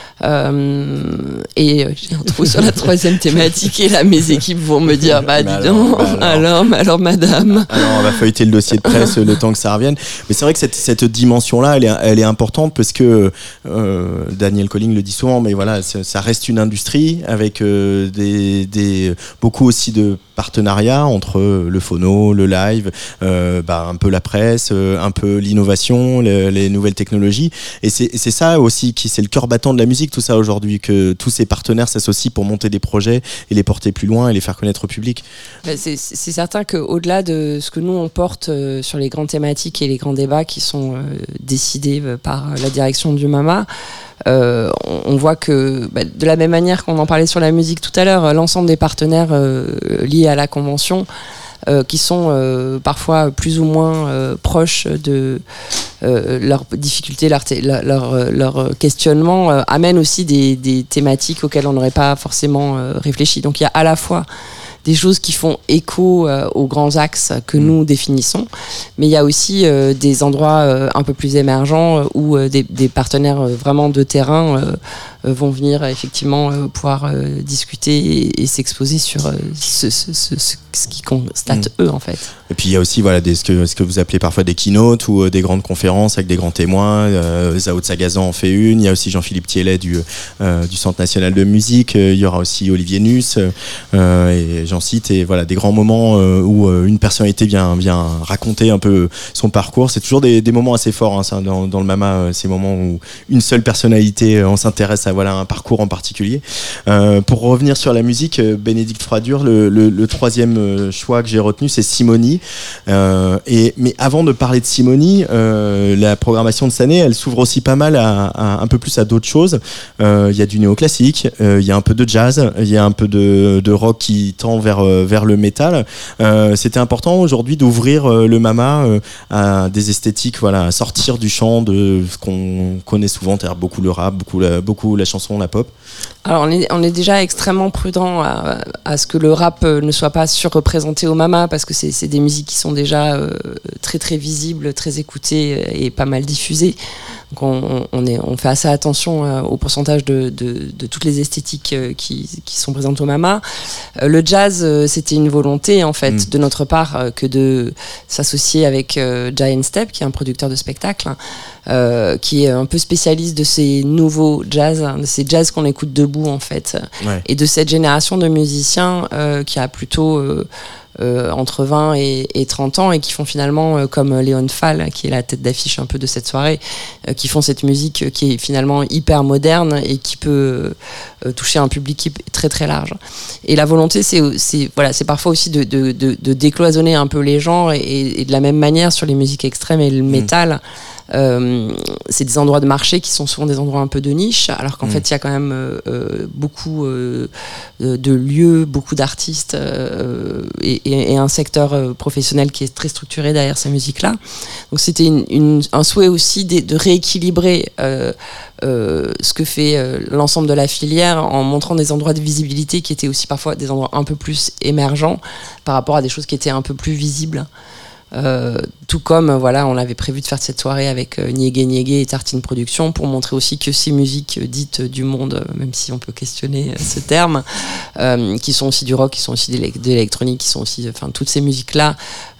Et j'ai un trou sur la 3e thématique, et là mes équipes vont me dire dis donc, alors madame. Alors on va feuilleter le dossier de presse le temps que ça revienne. Mais c'est vrai que cette dimension-là, elle est importante, parce que Daniel Colling le dit souvent, mais voilà, ça reste une industrie avec beaucoup aussi de partenariats entre le phono, le live, un peu la presse, un peu l'innovation, les nouvelles technologies. Et c'est ça aussi c'est le cœur battant de la musique, tout ça aujourd'hui, que tous ces partenaires s'associent pour monter des projets et les porter plus loin et les faire connaître au public. C'est certain qu'au-delà de ce que nous on porte sur les grandes thématiques et les grands débats qui sont décidés par la direction du Mama, on voit que de la même manière qu'on en parlait sur la musique tout à l'heure, l'ensemble des partenaires liés à la convention qui sont parfois plus ou moins proches leurs difficultés, leur questionnement amènent aussi des thématiques auxquelles on n'aurait pas forcément réfléchi. Donc il y a à la fois des choses qui font écho aux grands axes que nous définissons, mais il y a aussi des endroits un peu plus émergents où des partenaires vraiment de terrain vont venir effectivement pouvoir discuter et s'exposer sur ce qu'ils constatent eux en fait. Et puis il y a aussi ce que vous appelez parfois des keynotes ou des grandes conférences avec des grands témoins. Zao de Sagazan en fait une. Il y a aussi Jean-Philippe Thiellet du Centre National de Musique. Il y aura aussi Olivier Nuss et j'en cite. Et voilà, des grands moments où une personnalité vient raconter un peu son parcours. C'est toujours des moments assez forts, hein, ça, dans le MAMA, ces moments où une seule personnalité, on s'intéresse à un parcours en particulier. Pour revenir sur la musique, Bénédicte Froidure, le troisième choix que j'ai retenu, c'est Simony. Mais avant de parler de Simony, la programmation de cette année, elle s'ouvre aussi pas mal à un peu plus à d'autres choses. Il y a du néoclassique, il y a un peu de jazz, il y a un peu de rock qui tend vers le métal. C'était important aujourd'hui d'ouvrir le MAMA à des esthétiques, à sortir du champ de ce qu'on connaît souvent, c'est-à-dire beaucoup le rap, beaucoup la chanson, la pop. Alors on est déjà extrêmement prudent à ce que le rap ne soit pas surreprésenté au MAMA, parce que c'est des musiques qui sont déjà très très visibles, très écoutées et pas mal diffusées. Donc on fait assez attention au pourcentage de toutes les esthétiques qui sont présentes au MAMA. Le jazz, c'était une volonté en fait de notre part que de s'associer avec Giant Step, qui est un producteur de spectacle, qui est un peu spécialiste de ces nouveaux jazz, de ces jazz qu'on écoute debout en fait, et de cette génération de musiciens qui a plutôt entre 20 et 30 ans et qui font finalement comme Léon Fall, qui est la tête d'affiche un peu de cette soirée, qui font cette musique qui est finalement hyper moderne et qui peut toucher un public très très large. Et la volonté, c'est parfois aussi de décloisonner un peu les genres et de la même manière sur les musiques extrêmes et le métal. C'est des endroits de marché qui sont souvent des endroits un peu de niche, alors qu'en fait il y a quand même beaucoup de lieux, beaucoup d'artistes et un secteur professionnel qui est très structuré derrière ces musiques-là. Donc c'était un souhait aussi de rééquilibrer ce que fait l'ensemble de la filière en montrant des endroits de visibilité qui étaient aussi parfois des endroits un peu plus émergents par rapport à des choses qui étaient un peu plus visibles. Tout comme on avait prévu de faire cette soirée avec Niégué Niégué et Tartine Productions pour montrer aussi que ces musiques dites du monde, même si on peut questionner ce terme, qui sont aussi du rock, qui sont aussi de l'électronique, qui sont aussi, toutes ces musiques là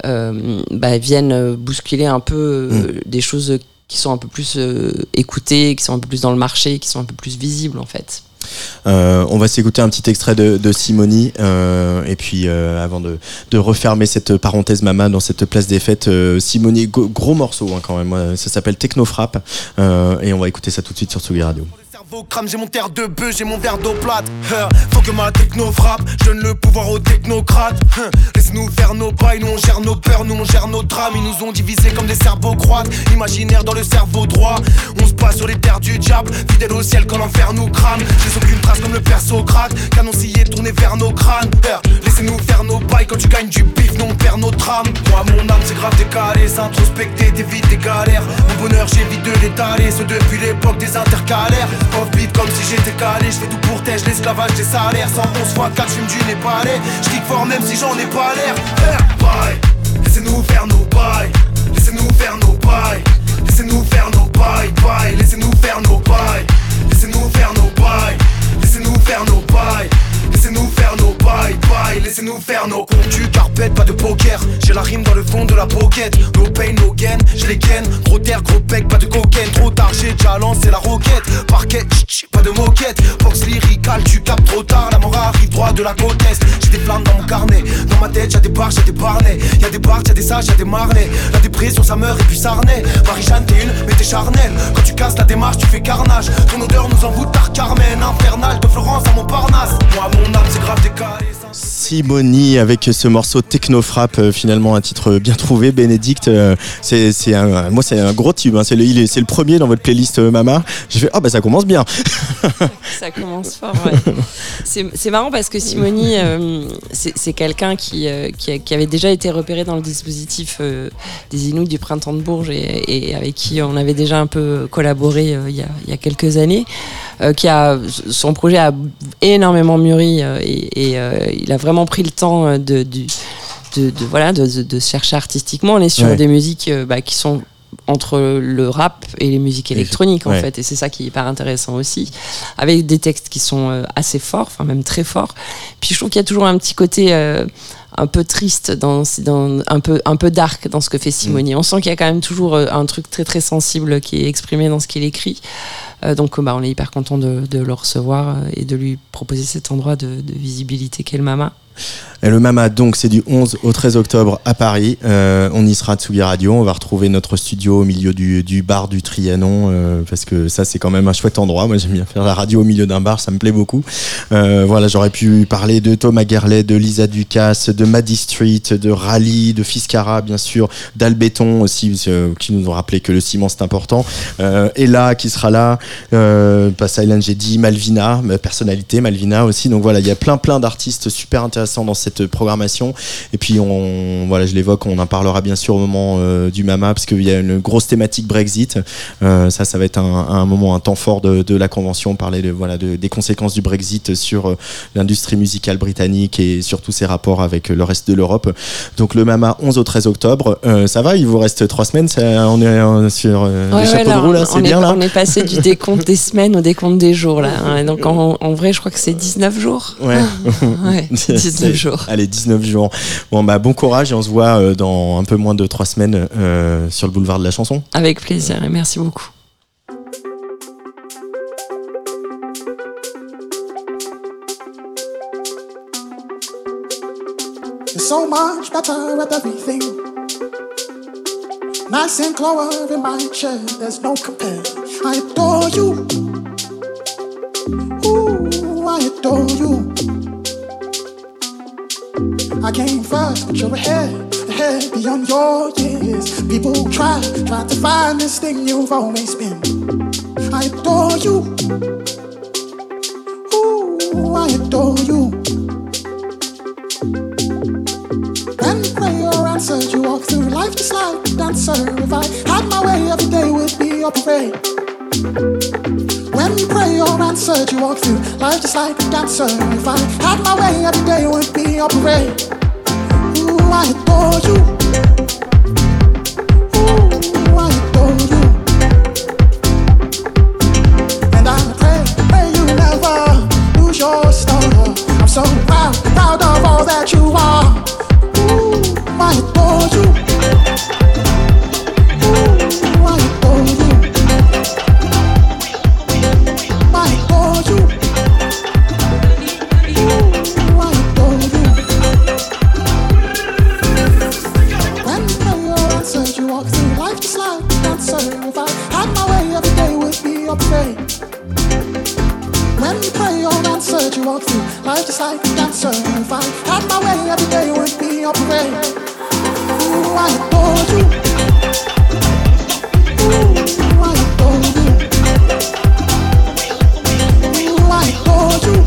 viennent bousculer un peu des choses qui sont un peu plus écoutées, qui sont un peu plus dans le marché, qui sont un peu plus visibles en fait. On va s'écouter un petit extrait de Simony et puis avant de refermer cette parenthèse MAMA dans cette place des fêtes, Simony, gros morceau quand même, ça s'appelle Technofrap et on va écouter ça tout de suite sur Tsugi Radio. Crame, j'ai mon terre de bœuf, j'ai mon verre d'eau plate. Faut que ma techno frappe, je donne le pouvoir aux technocrates. Laisse-nous faire nos bails, nous on gère nos peurs, nous on gère nos drames. Ils nous ont divisés comme des cerveaux croates, imaginaire dans le cerveau droit. On se passe sur les terres du diable, fidèle au ciel quand l'enfer nous crame. J'ai aucune trace comme le père Socrate, canoncillé tourné vers nos crânes. Laissez-nous faire nos bails, quand tu gagnes du bif, nous on perd nos trames. Moi mon âme c'est grave décalé, s'introspecter, t'évites des galères. Mon bonheur j'évite de l'étaler, ce depuis l'époque des intercalaires. Off-beat comme si j'étais calé, je fais tout pour tèche, l'esclavage des salaires. 111 fois 4, j'fume du népalais. J'kick fort même si j'en ai pas l'air. Bye, laissez-nous faire nos bails. Laissez-nous faire nos bails. Laissez-nous faire nos bails, bails. Laissez-nous faire nos bails. Laissez-nous faire nos bails. Laissez-nous faire nos bails. Laissez-nous faire nos bails, bails. Laissez-nous faire nos comptes du carpet, pas de poker. J'ai la rime dans le fond de la pocket. No pain, no gain, je les gaine. Gros terre, gros bec, pas de cocaine. Trop tard, j'ai déjà lancé la roquette. Parquet, pas de moquette. Box lyrical, tu captes trop tard. La mort arrive droit de la côte est. J'ai des flammes dans mon carnet. Dans ma tête, y'a des barres, y'a des barnets. Y'a des barres, y'a des sages, y'a des marnets. La dépression, ça meurt et puis ça renaît. Marie-Jeanne, t'es une, mais t'es charnelle. Quand tu casses la démarche, tu fais carnage. Ton odeur nous envoûte, Tar Carmen. Infernal, de Florence à Montparnasse. Moi, mon âme, c'est grave décalé. Simony avec ce morceau Technofrap, finalement un titre bien trouvé. Bénédicte, c'est un gros tube, hein. C'est le premier dans votre playlist MAMA. J'ai fait ça commence bien. Ça commence fort, ouais. C'est marrant parce que Fessimony, c'est quelqu'un qui avait déjà été repéré dans le dispositif des Inuits du Printemps de Bourges et avec qui on avait déjà un peu collaboré il y a quelques années. Son projet a énormément mûri et il a vraiment pris le temps de chercher artistiquement. On est sur des musiques qui sont entre le rap et les musiques électroniques en fait, et c'est ça qui est hyper intéressant aussi, avec des textes qui sont assez forts, enfin même très forts. Puis je trouve qu'il y a toujours un petit côté un peu triste, un peu dark dans ce que fait Simoni. On sent qu'il y a quand même toujours un truc très très sensible qui est exprimé dans ce qu'il écrit. Donc on est hyper content de le recevoir et de lui proposer cet endroit de visibilité qu'est le Mama. Et le Mama, donc, c'est du 11 au 13 octobre à Paris. On y sera à Tsugi Radio. On va retrouver notre studio au milieu du bar du Trianon, parce que ça, c'est quand même un chouette endroit. Moi, j'aime bien faire la radio au milieu d'un bar, ça me plaît beaucoup. J'aurais pu parler de Thomas Gerlet, de Lisa Ducasse, de Maddie Street, de Rally, de Fiskara, bien sûr, d'Albéton aussi, qui nous ont rappelé que le ciment, c'est important. Ella, qui sera là, Silent, j'ai dit, Malvina, personnalité, Malvina aussi. Donc voilà, il y a plein d'artistes super intéressants dans cette programmation. Et puis je l'évoque, on en parlera bien sûr au moment du Mama, parce qu'il y a une grosse thématique Brexit. Ça va être un temps fort de la convention, parler des conséquences du Brexit sur l'industrie musicale britannique et surtout ses rapports avec le reste de l'Europe. Donc le Mama 11 au 13 octobre. Ça va, il vous reste 3 semaines, on est sur les chapeaux de roue là, c'est bien là. On est passé du décompte des semaines au décompte des jours là. Et donc en vrai, je crois que c'est 19 jours. Ouais. 19 jours. Allez, 19 jours. Bon courage et on se voit dans un peu moins de 3 semaines sur le boulevard de la chanson. Avec plaisir et merci beaucoup. You're so much better at everything. Nice and clover in my chair, there's no compare. I adore you. Ooh, I adore you. I came first, but you're ahead beyond your years. People try to find this thing you've always been. I adore you. Ooh, I adore you. When prayer answered, you walk through life just like a dancer. If I had my way, every day would be a parade. When prayer answered, you walk through life just like a dancer. If I had my way, every day would be a parade. Ooh, I adore you. Ooh, I adore you. And I pray you never lose your star. I'm so proud of all that you are. Ooh, I adore you. Ooh, I adore you. I adore you. Ooh, I adore you. When prayer answered, you walk through life just like a dancer. If I had my way, every day would be a parade. When prayer answered, you walk through life just like a dancer. If I had my way, every day would be a parade. Ooh, I adore you. Ooh, I adore you. Ooh, I adore you.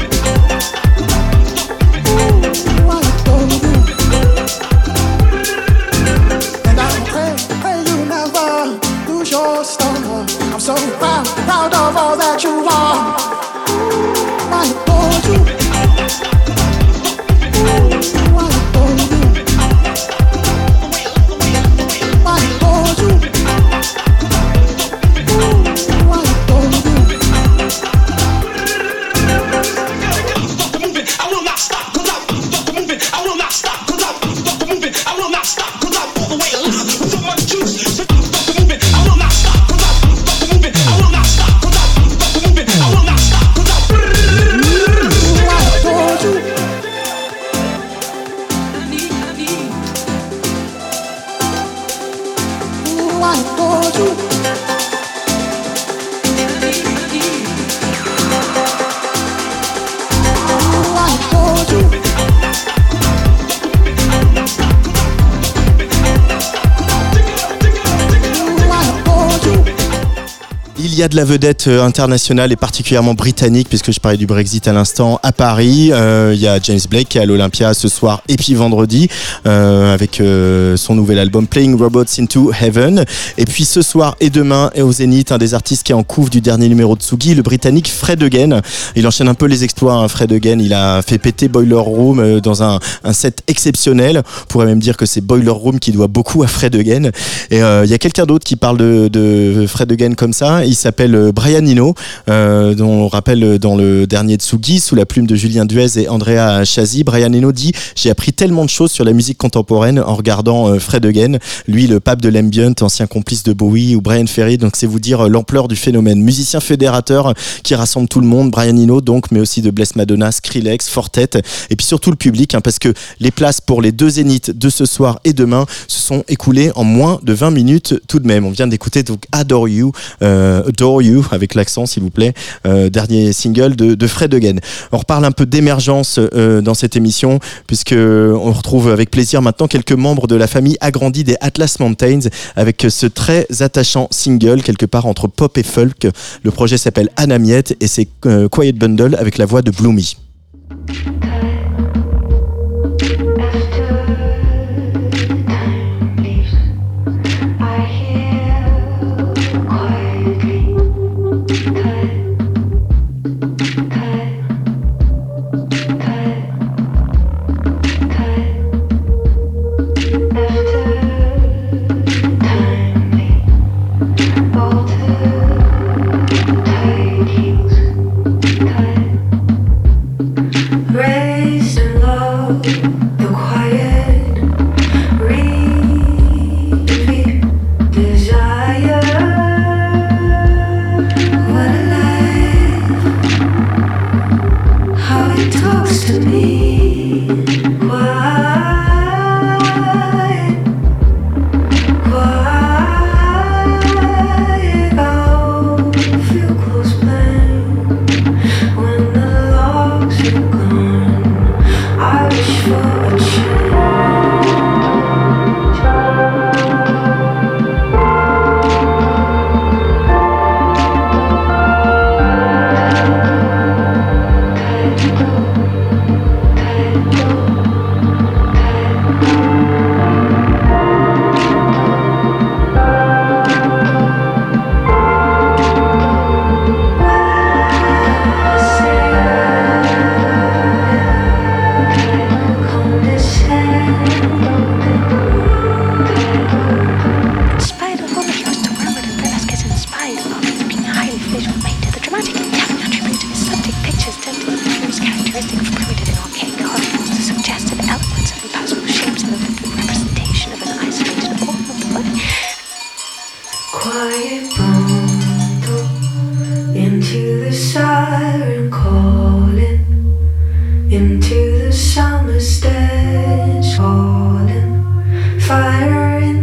Ooh, I adore you. And I pray you never lose your star. I'm so proud of all that you are. Ooh, I adore you. Ooh, I adore you. I adore you. Ooh, I adore you. Stop the movement, I will not stop, 'cause stop the movement, I will not stop, 'cause stop the movement, I will not stop, 'cause I'm all the way alive with so much juice. So stop the movement, I will not stop, 'cause stop the movement, I will not stop, 'cause stop the movement, I will not stop, 'cause Ooh, I adore you. Ooh, I adore you. Ooh, I adore you. Ooh, I adore you. Il y a de la vedette internationale et particulièrement britannique, puisque je parlais du Brexit à l'instant, à Paris. Il y a James Blake qui est à l'Olympia ce soir et puis vendredi avec son nouvel album Playing Robots into Heaven. Et puis ce soir et demain et au Zénith, un des artistes qui est en couve du dernier numéro de Tsugi, le Britannique Fred Again. Il enchaîne un peu les exploits, hein, Fred Again. Il a fait péter Boiler Room dans un set exceptionnel. On pourrait même dire que c'est Boiler Room qui doit beaucoup à Fred Again. Et il y a quelqu'un d'autre qui parle de Fred Again comme ça. Il s'appelle Brian Eno, dont on rappelle dans le dernier Tsugi, sous la plume de Julien Duez et Andrea Chazy. Brian Eno dit: j'ai appris tellement de choses sur la musique contemporaine en regardant Fred Again, lui le pape de l'ambient, ancien complice de Bowie ou Brian Ferry. Donc c'est vous dire l'ampleur du phénomène. Musicien fédérateur qui rassemble tout le monde, Brian Eno donc, mais aussi de Bless Madonna, Skrillex, Fortet, et puis surtout le public, hein, parce que les places pour les 2 zéniths de ce soir et demain se sont écoulées en moins de 20 minutes tout de même. On vient d'écouter donc Adore You avec l'accent s'il vous plaît, dernier single de Fred Again. On reparle un peu d'émergence dans cette émission, puisque on retrouve avec plaisir maintenant quelques membres de la famille agrandie des Atlas Mountains avec ce très attachant single quelque part entre pop et folk. Le projet s'appelle Anamiette et c'est Quiet Bundle avec la voix de Bloomy. Into the summer stench, falling, fire in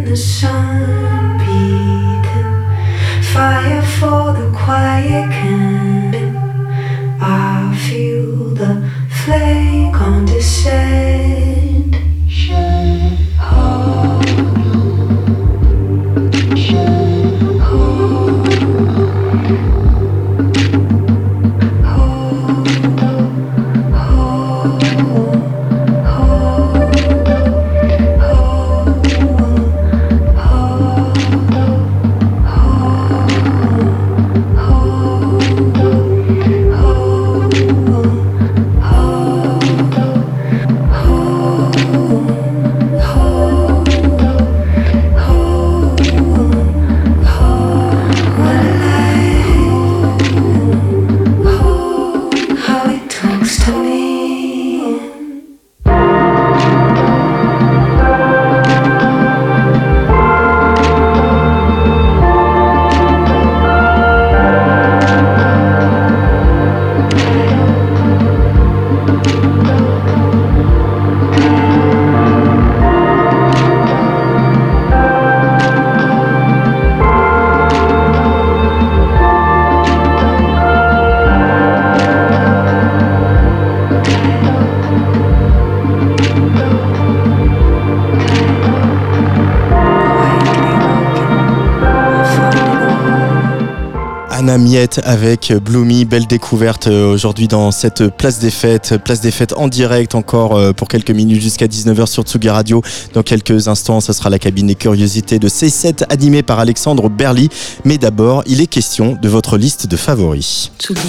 Johanna Miette avec Bloomy, belle découverte aujourd'hui dans cette place des fêtes en direct encore pour quelques minutes jusqu'à 19h sur Tsugi Radio. Dans quelques instants, ça sera la cabine des curiosités de C7 animée par Alexandre Berly. Mais d'abord, il est question de votre liste de favoris. Tsugi.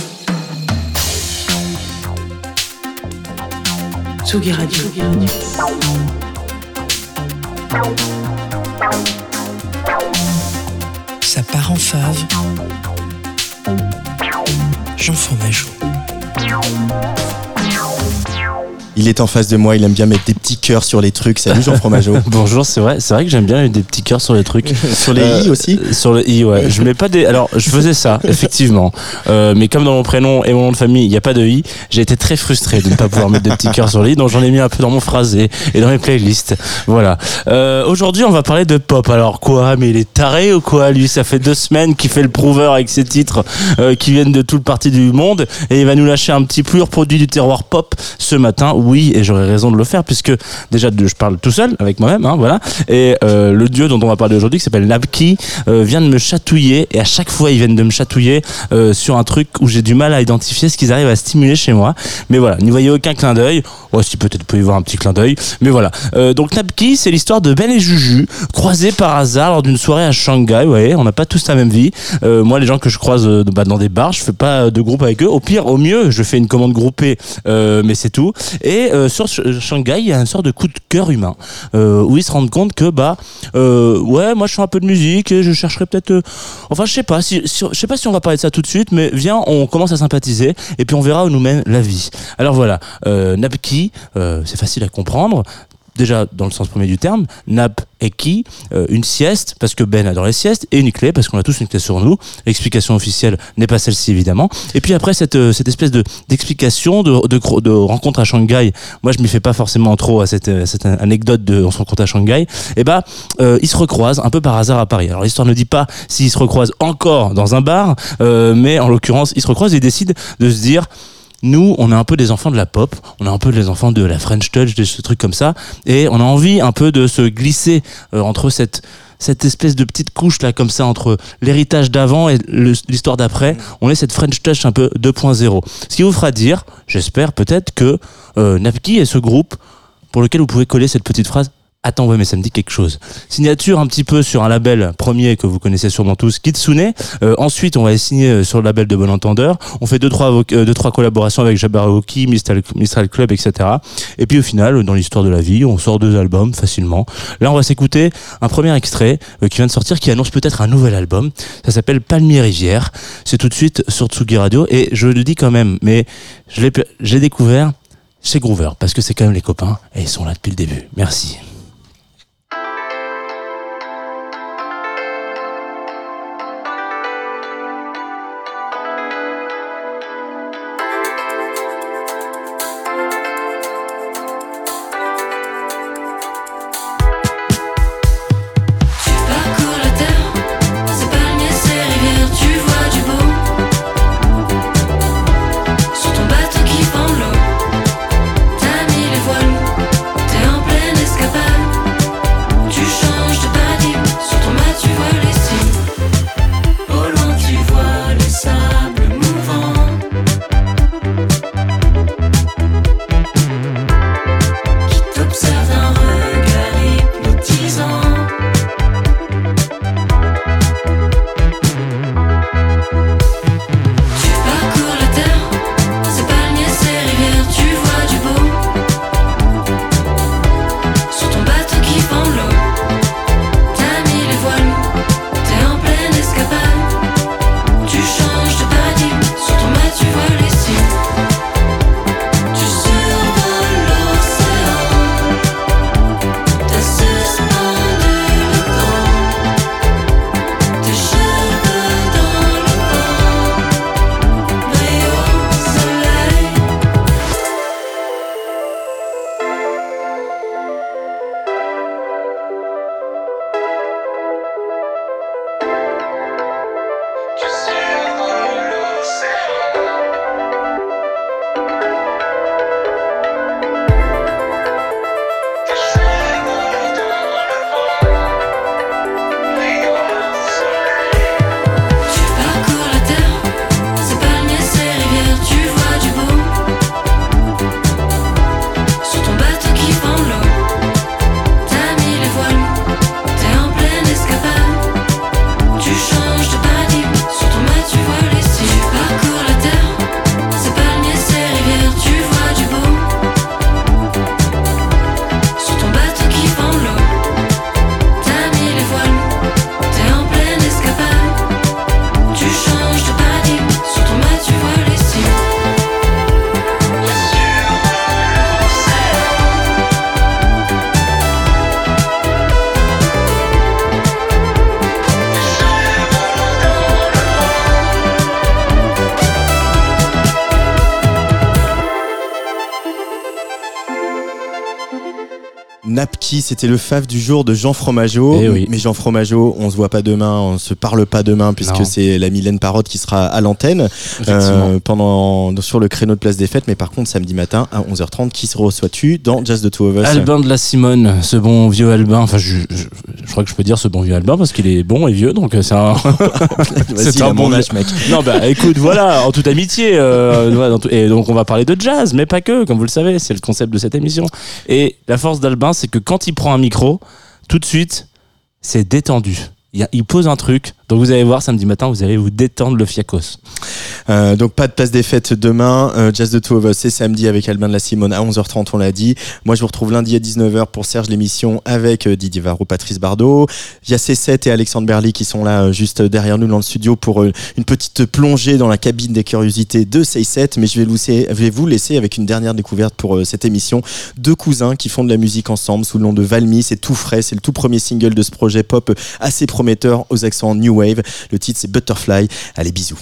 Tsugi Radio. Ça part en fave. Jean Fromageau. Il est en face de moi, il aime bien mettre des petits cœurs sur les trucs. Salut Jean Fromageau. Bonjour, c'est vrai que j'aime bien mettre des petits cœurs sur les trucs. Sur les i aussi. Sur les i, ouais. Je mets pas des. Alors, je faisais ça, effectivement. Mais comme dans mon prénom et mon nom de famille, il n'y a pas de i, j'ai été très frustré de ne pas pouvoir mettre des petits cœurs sur les i, donc j'en ai mis un peu dans mon phrasé et dans mes playlists. Voilà. Aujourd'hui, on va parler de pop. Alors quoi? Mais il est taré ou quoi, lui? Ça fait 2 semaines qu'il fait le prouveur avec ses titres qui viennent de toute partie du monde, et il va nous lâcher un petit pur produit du terroir pop ce matin. Oui, et j'aurais raison de le faire puisque déjà je parle tout seul avec moi-même, hein, voilà. Et le dieu dont on va parler aujourd'hui, qui s'appelle Nabki, vient de me chatouiller, et à chaque fois ils viennent de me chatouiller sur un truc où j'ai du mal à identifier ce qu'ils arrivent à stimuler chez moi. Mais voilà, n'y voyez aucun clin d'œil. Oh, si peut-être vous pouvez y voir un petit clin d'œil, mais voilà. Donc Nabki, c'est l'histoire de Ben et Juju croisés par hasard lors d'une soirée à Shanghai. Ouais, on n'a pas tous la même vie. Moi, les gens que je croise dans des bars, je fais pas de groupe avec eux. Au pire, au mieux, je fais une commande groupée, mais c'est tout. Et sur Shanghai, il y a une sorte de coup de cœur humain où ils se rendent compte que ouais, moi je fais un peu de musique et je chercherais peut-être enfin je sais pas si on va parler de ça tout de suite, mais viens, on commence à sympathiser et puis on verra où nous mène la vie. Alors voilà, Nabki, c'est facile à comprendre. Déjà, dans le sens premier du terme, nap et qui, une sieste, parce que Ben adore les siestes, et une clé, parce qu'on a tous une clé sur nous. L'explication officielle n'est pas celle-ci, évidemment. Et puis après, cette espèce d'explication, de rencontre à Shanghai, moi je m'y fais pas forcément trop à cette anecdote on se rencontre à Shanghai, et ils se recroisent un peu par hasard à Paris. Alors l'histoire ne dit pas s'ils se recroisent encore dans un bar, mais en l'occurrence, ils se recroisent et ils décident de se dire: nous, on est un peu des enfants de la pop, on est un peu les enfants de la French Touch, de ce truc comme ça, et on a envie un peu de se glisser entre cette espèce de petite couche là, comme ça, entre l'héritage d'avant et l'histoire d'après. On est cette French Touch un peu 2.0. Ce qui vous fera dire, j'espère peut-être, que Nabki est ce groupe pour lequel vous pouvez coller cette petite phrase: attends, ouais, mais ça me dit quelque chose. Signature un petit peu sur un label premier que vous connaissez sûrement tous, Kitsune. Ensuite, on va signer sur le label de Bon Entendeur. On fait 2-3 collaborations avec Jabberwocky, Mistral Club, etc. Et puis au final, dans l'histoire de la vie, on sort 2 albums facilement. Là, on va s'écouter un premier extrait qui vient de sortir, qui annonce peut-être un nouvel album. Ça s'appelle Palmier Rivière. C'est tout de suite sur Tsugi Radio. Et je le dis quand même, mais je l'ai découvert chez Groover, parce que c'est quand même les copains, et ils sont là depuis le début. Merci. Escapade. Napki, c'était le fave du jour de Jean Fromageau. Eh oui. Mais Jean Fromageau, on se voit pas demain, on se parle pas demain, puisque Non. c'est la Mylène Parotte qui sera à l'antenne sur le créneau de Place des Fêtes. Mais par contre, samedi matin à 11h30, qui reçois-tu dans Jazz the Two of Us? Albin de la Simone, ce bon vieux Albin. Enfin, je crois que je peux dire ce bon vieux Albin parce qu'il est bon et vieux, donc c'est un. C'est un bon âge, mec. Non, bah écoute, voilà, en toute amitié. Et donc on va parler de jazz, mais pas que, comme vous le savez, c'est le concept de cette émission. Et la force d'Albin, c'est que quand il prend un micro, tout de suite, c'est détendu. Il pose un truc, donc vous allez voir samedi matin, vous allez vous détendre le fiacos. Donc pas de Place des Fêtes demain, Jazz the Two of Us c'est samedi avec Albin de la Simone à 11h30, on l'a dit. Moi je vous retrouve lundi à 19h pour Serge l'émission avec Didier Varro, Patrice Bardot. Il y a C7 et Alexandre Berly qui sont là juste derrière nous dans le studio pour une petite plongée dans la cabine des curiosités de C7, mais je vais vous laisser avec une dernière découverte pour cette émission. Deux cousins qui font de la musique ensemble sous le nom de Valmy, c'est tout frais, c'est le tout premier single de ce projet pop assez prometteur aux accents New Wave. Le titre c'est Butterfly. Allez, bisous.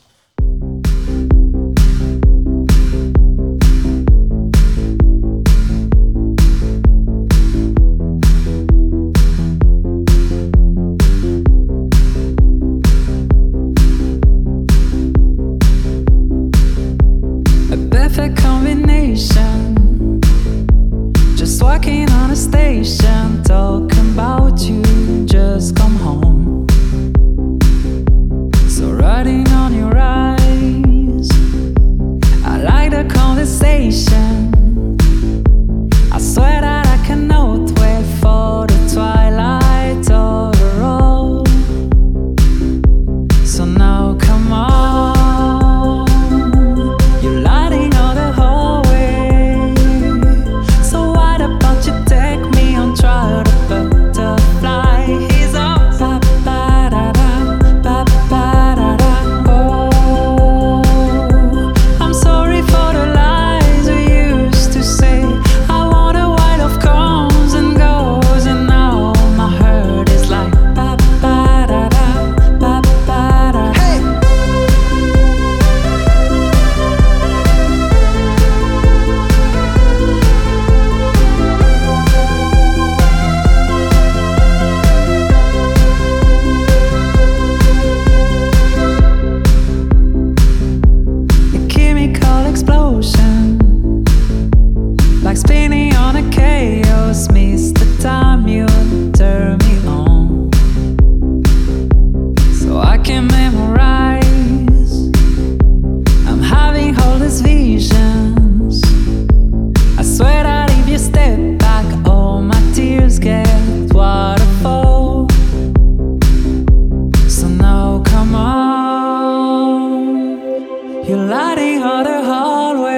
A perfect combination. Just walking on a station, talking about you. Just come home. So riding on your eyes, I like the conversation. I swear that I cannot wait for the twilight of the road. So now come on, you're lighting on the hallway. So why don't you take me on trial? The butterfly is up. I'm sorry for the lies we used to say. I want a while of comes and goes, and now my heart is like ba ba da da ba ba da. Hey. A chemical explosion, like spinning on a chaos. Miss the time you turn me on, so I can memorize. I'm having all these visions. I swear that if you step back, all my tears get waterfall. So now come on, you're lighting on the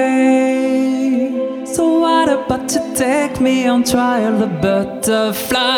hallway. So what about to take me on trial? The butterfly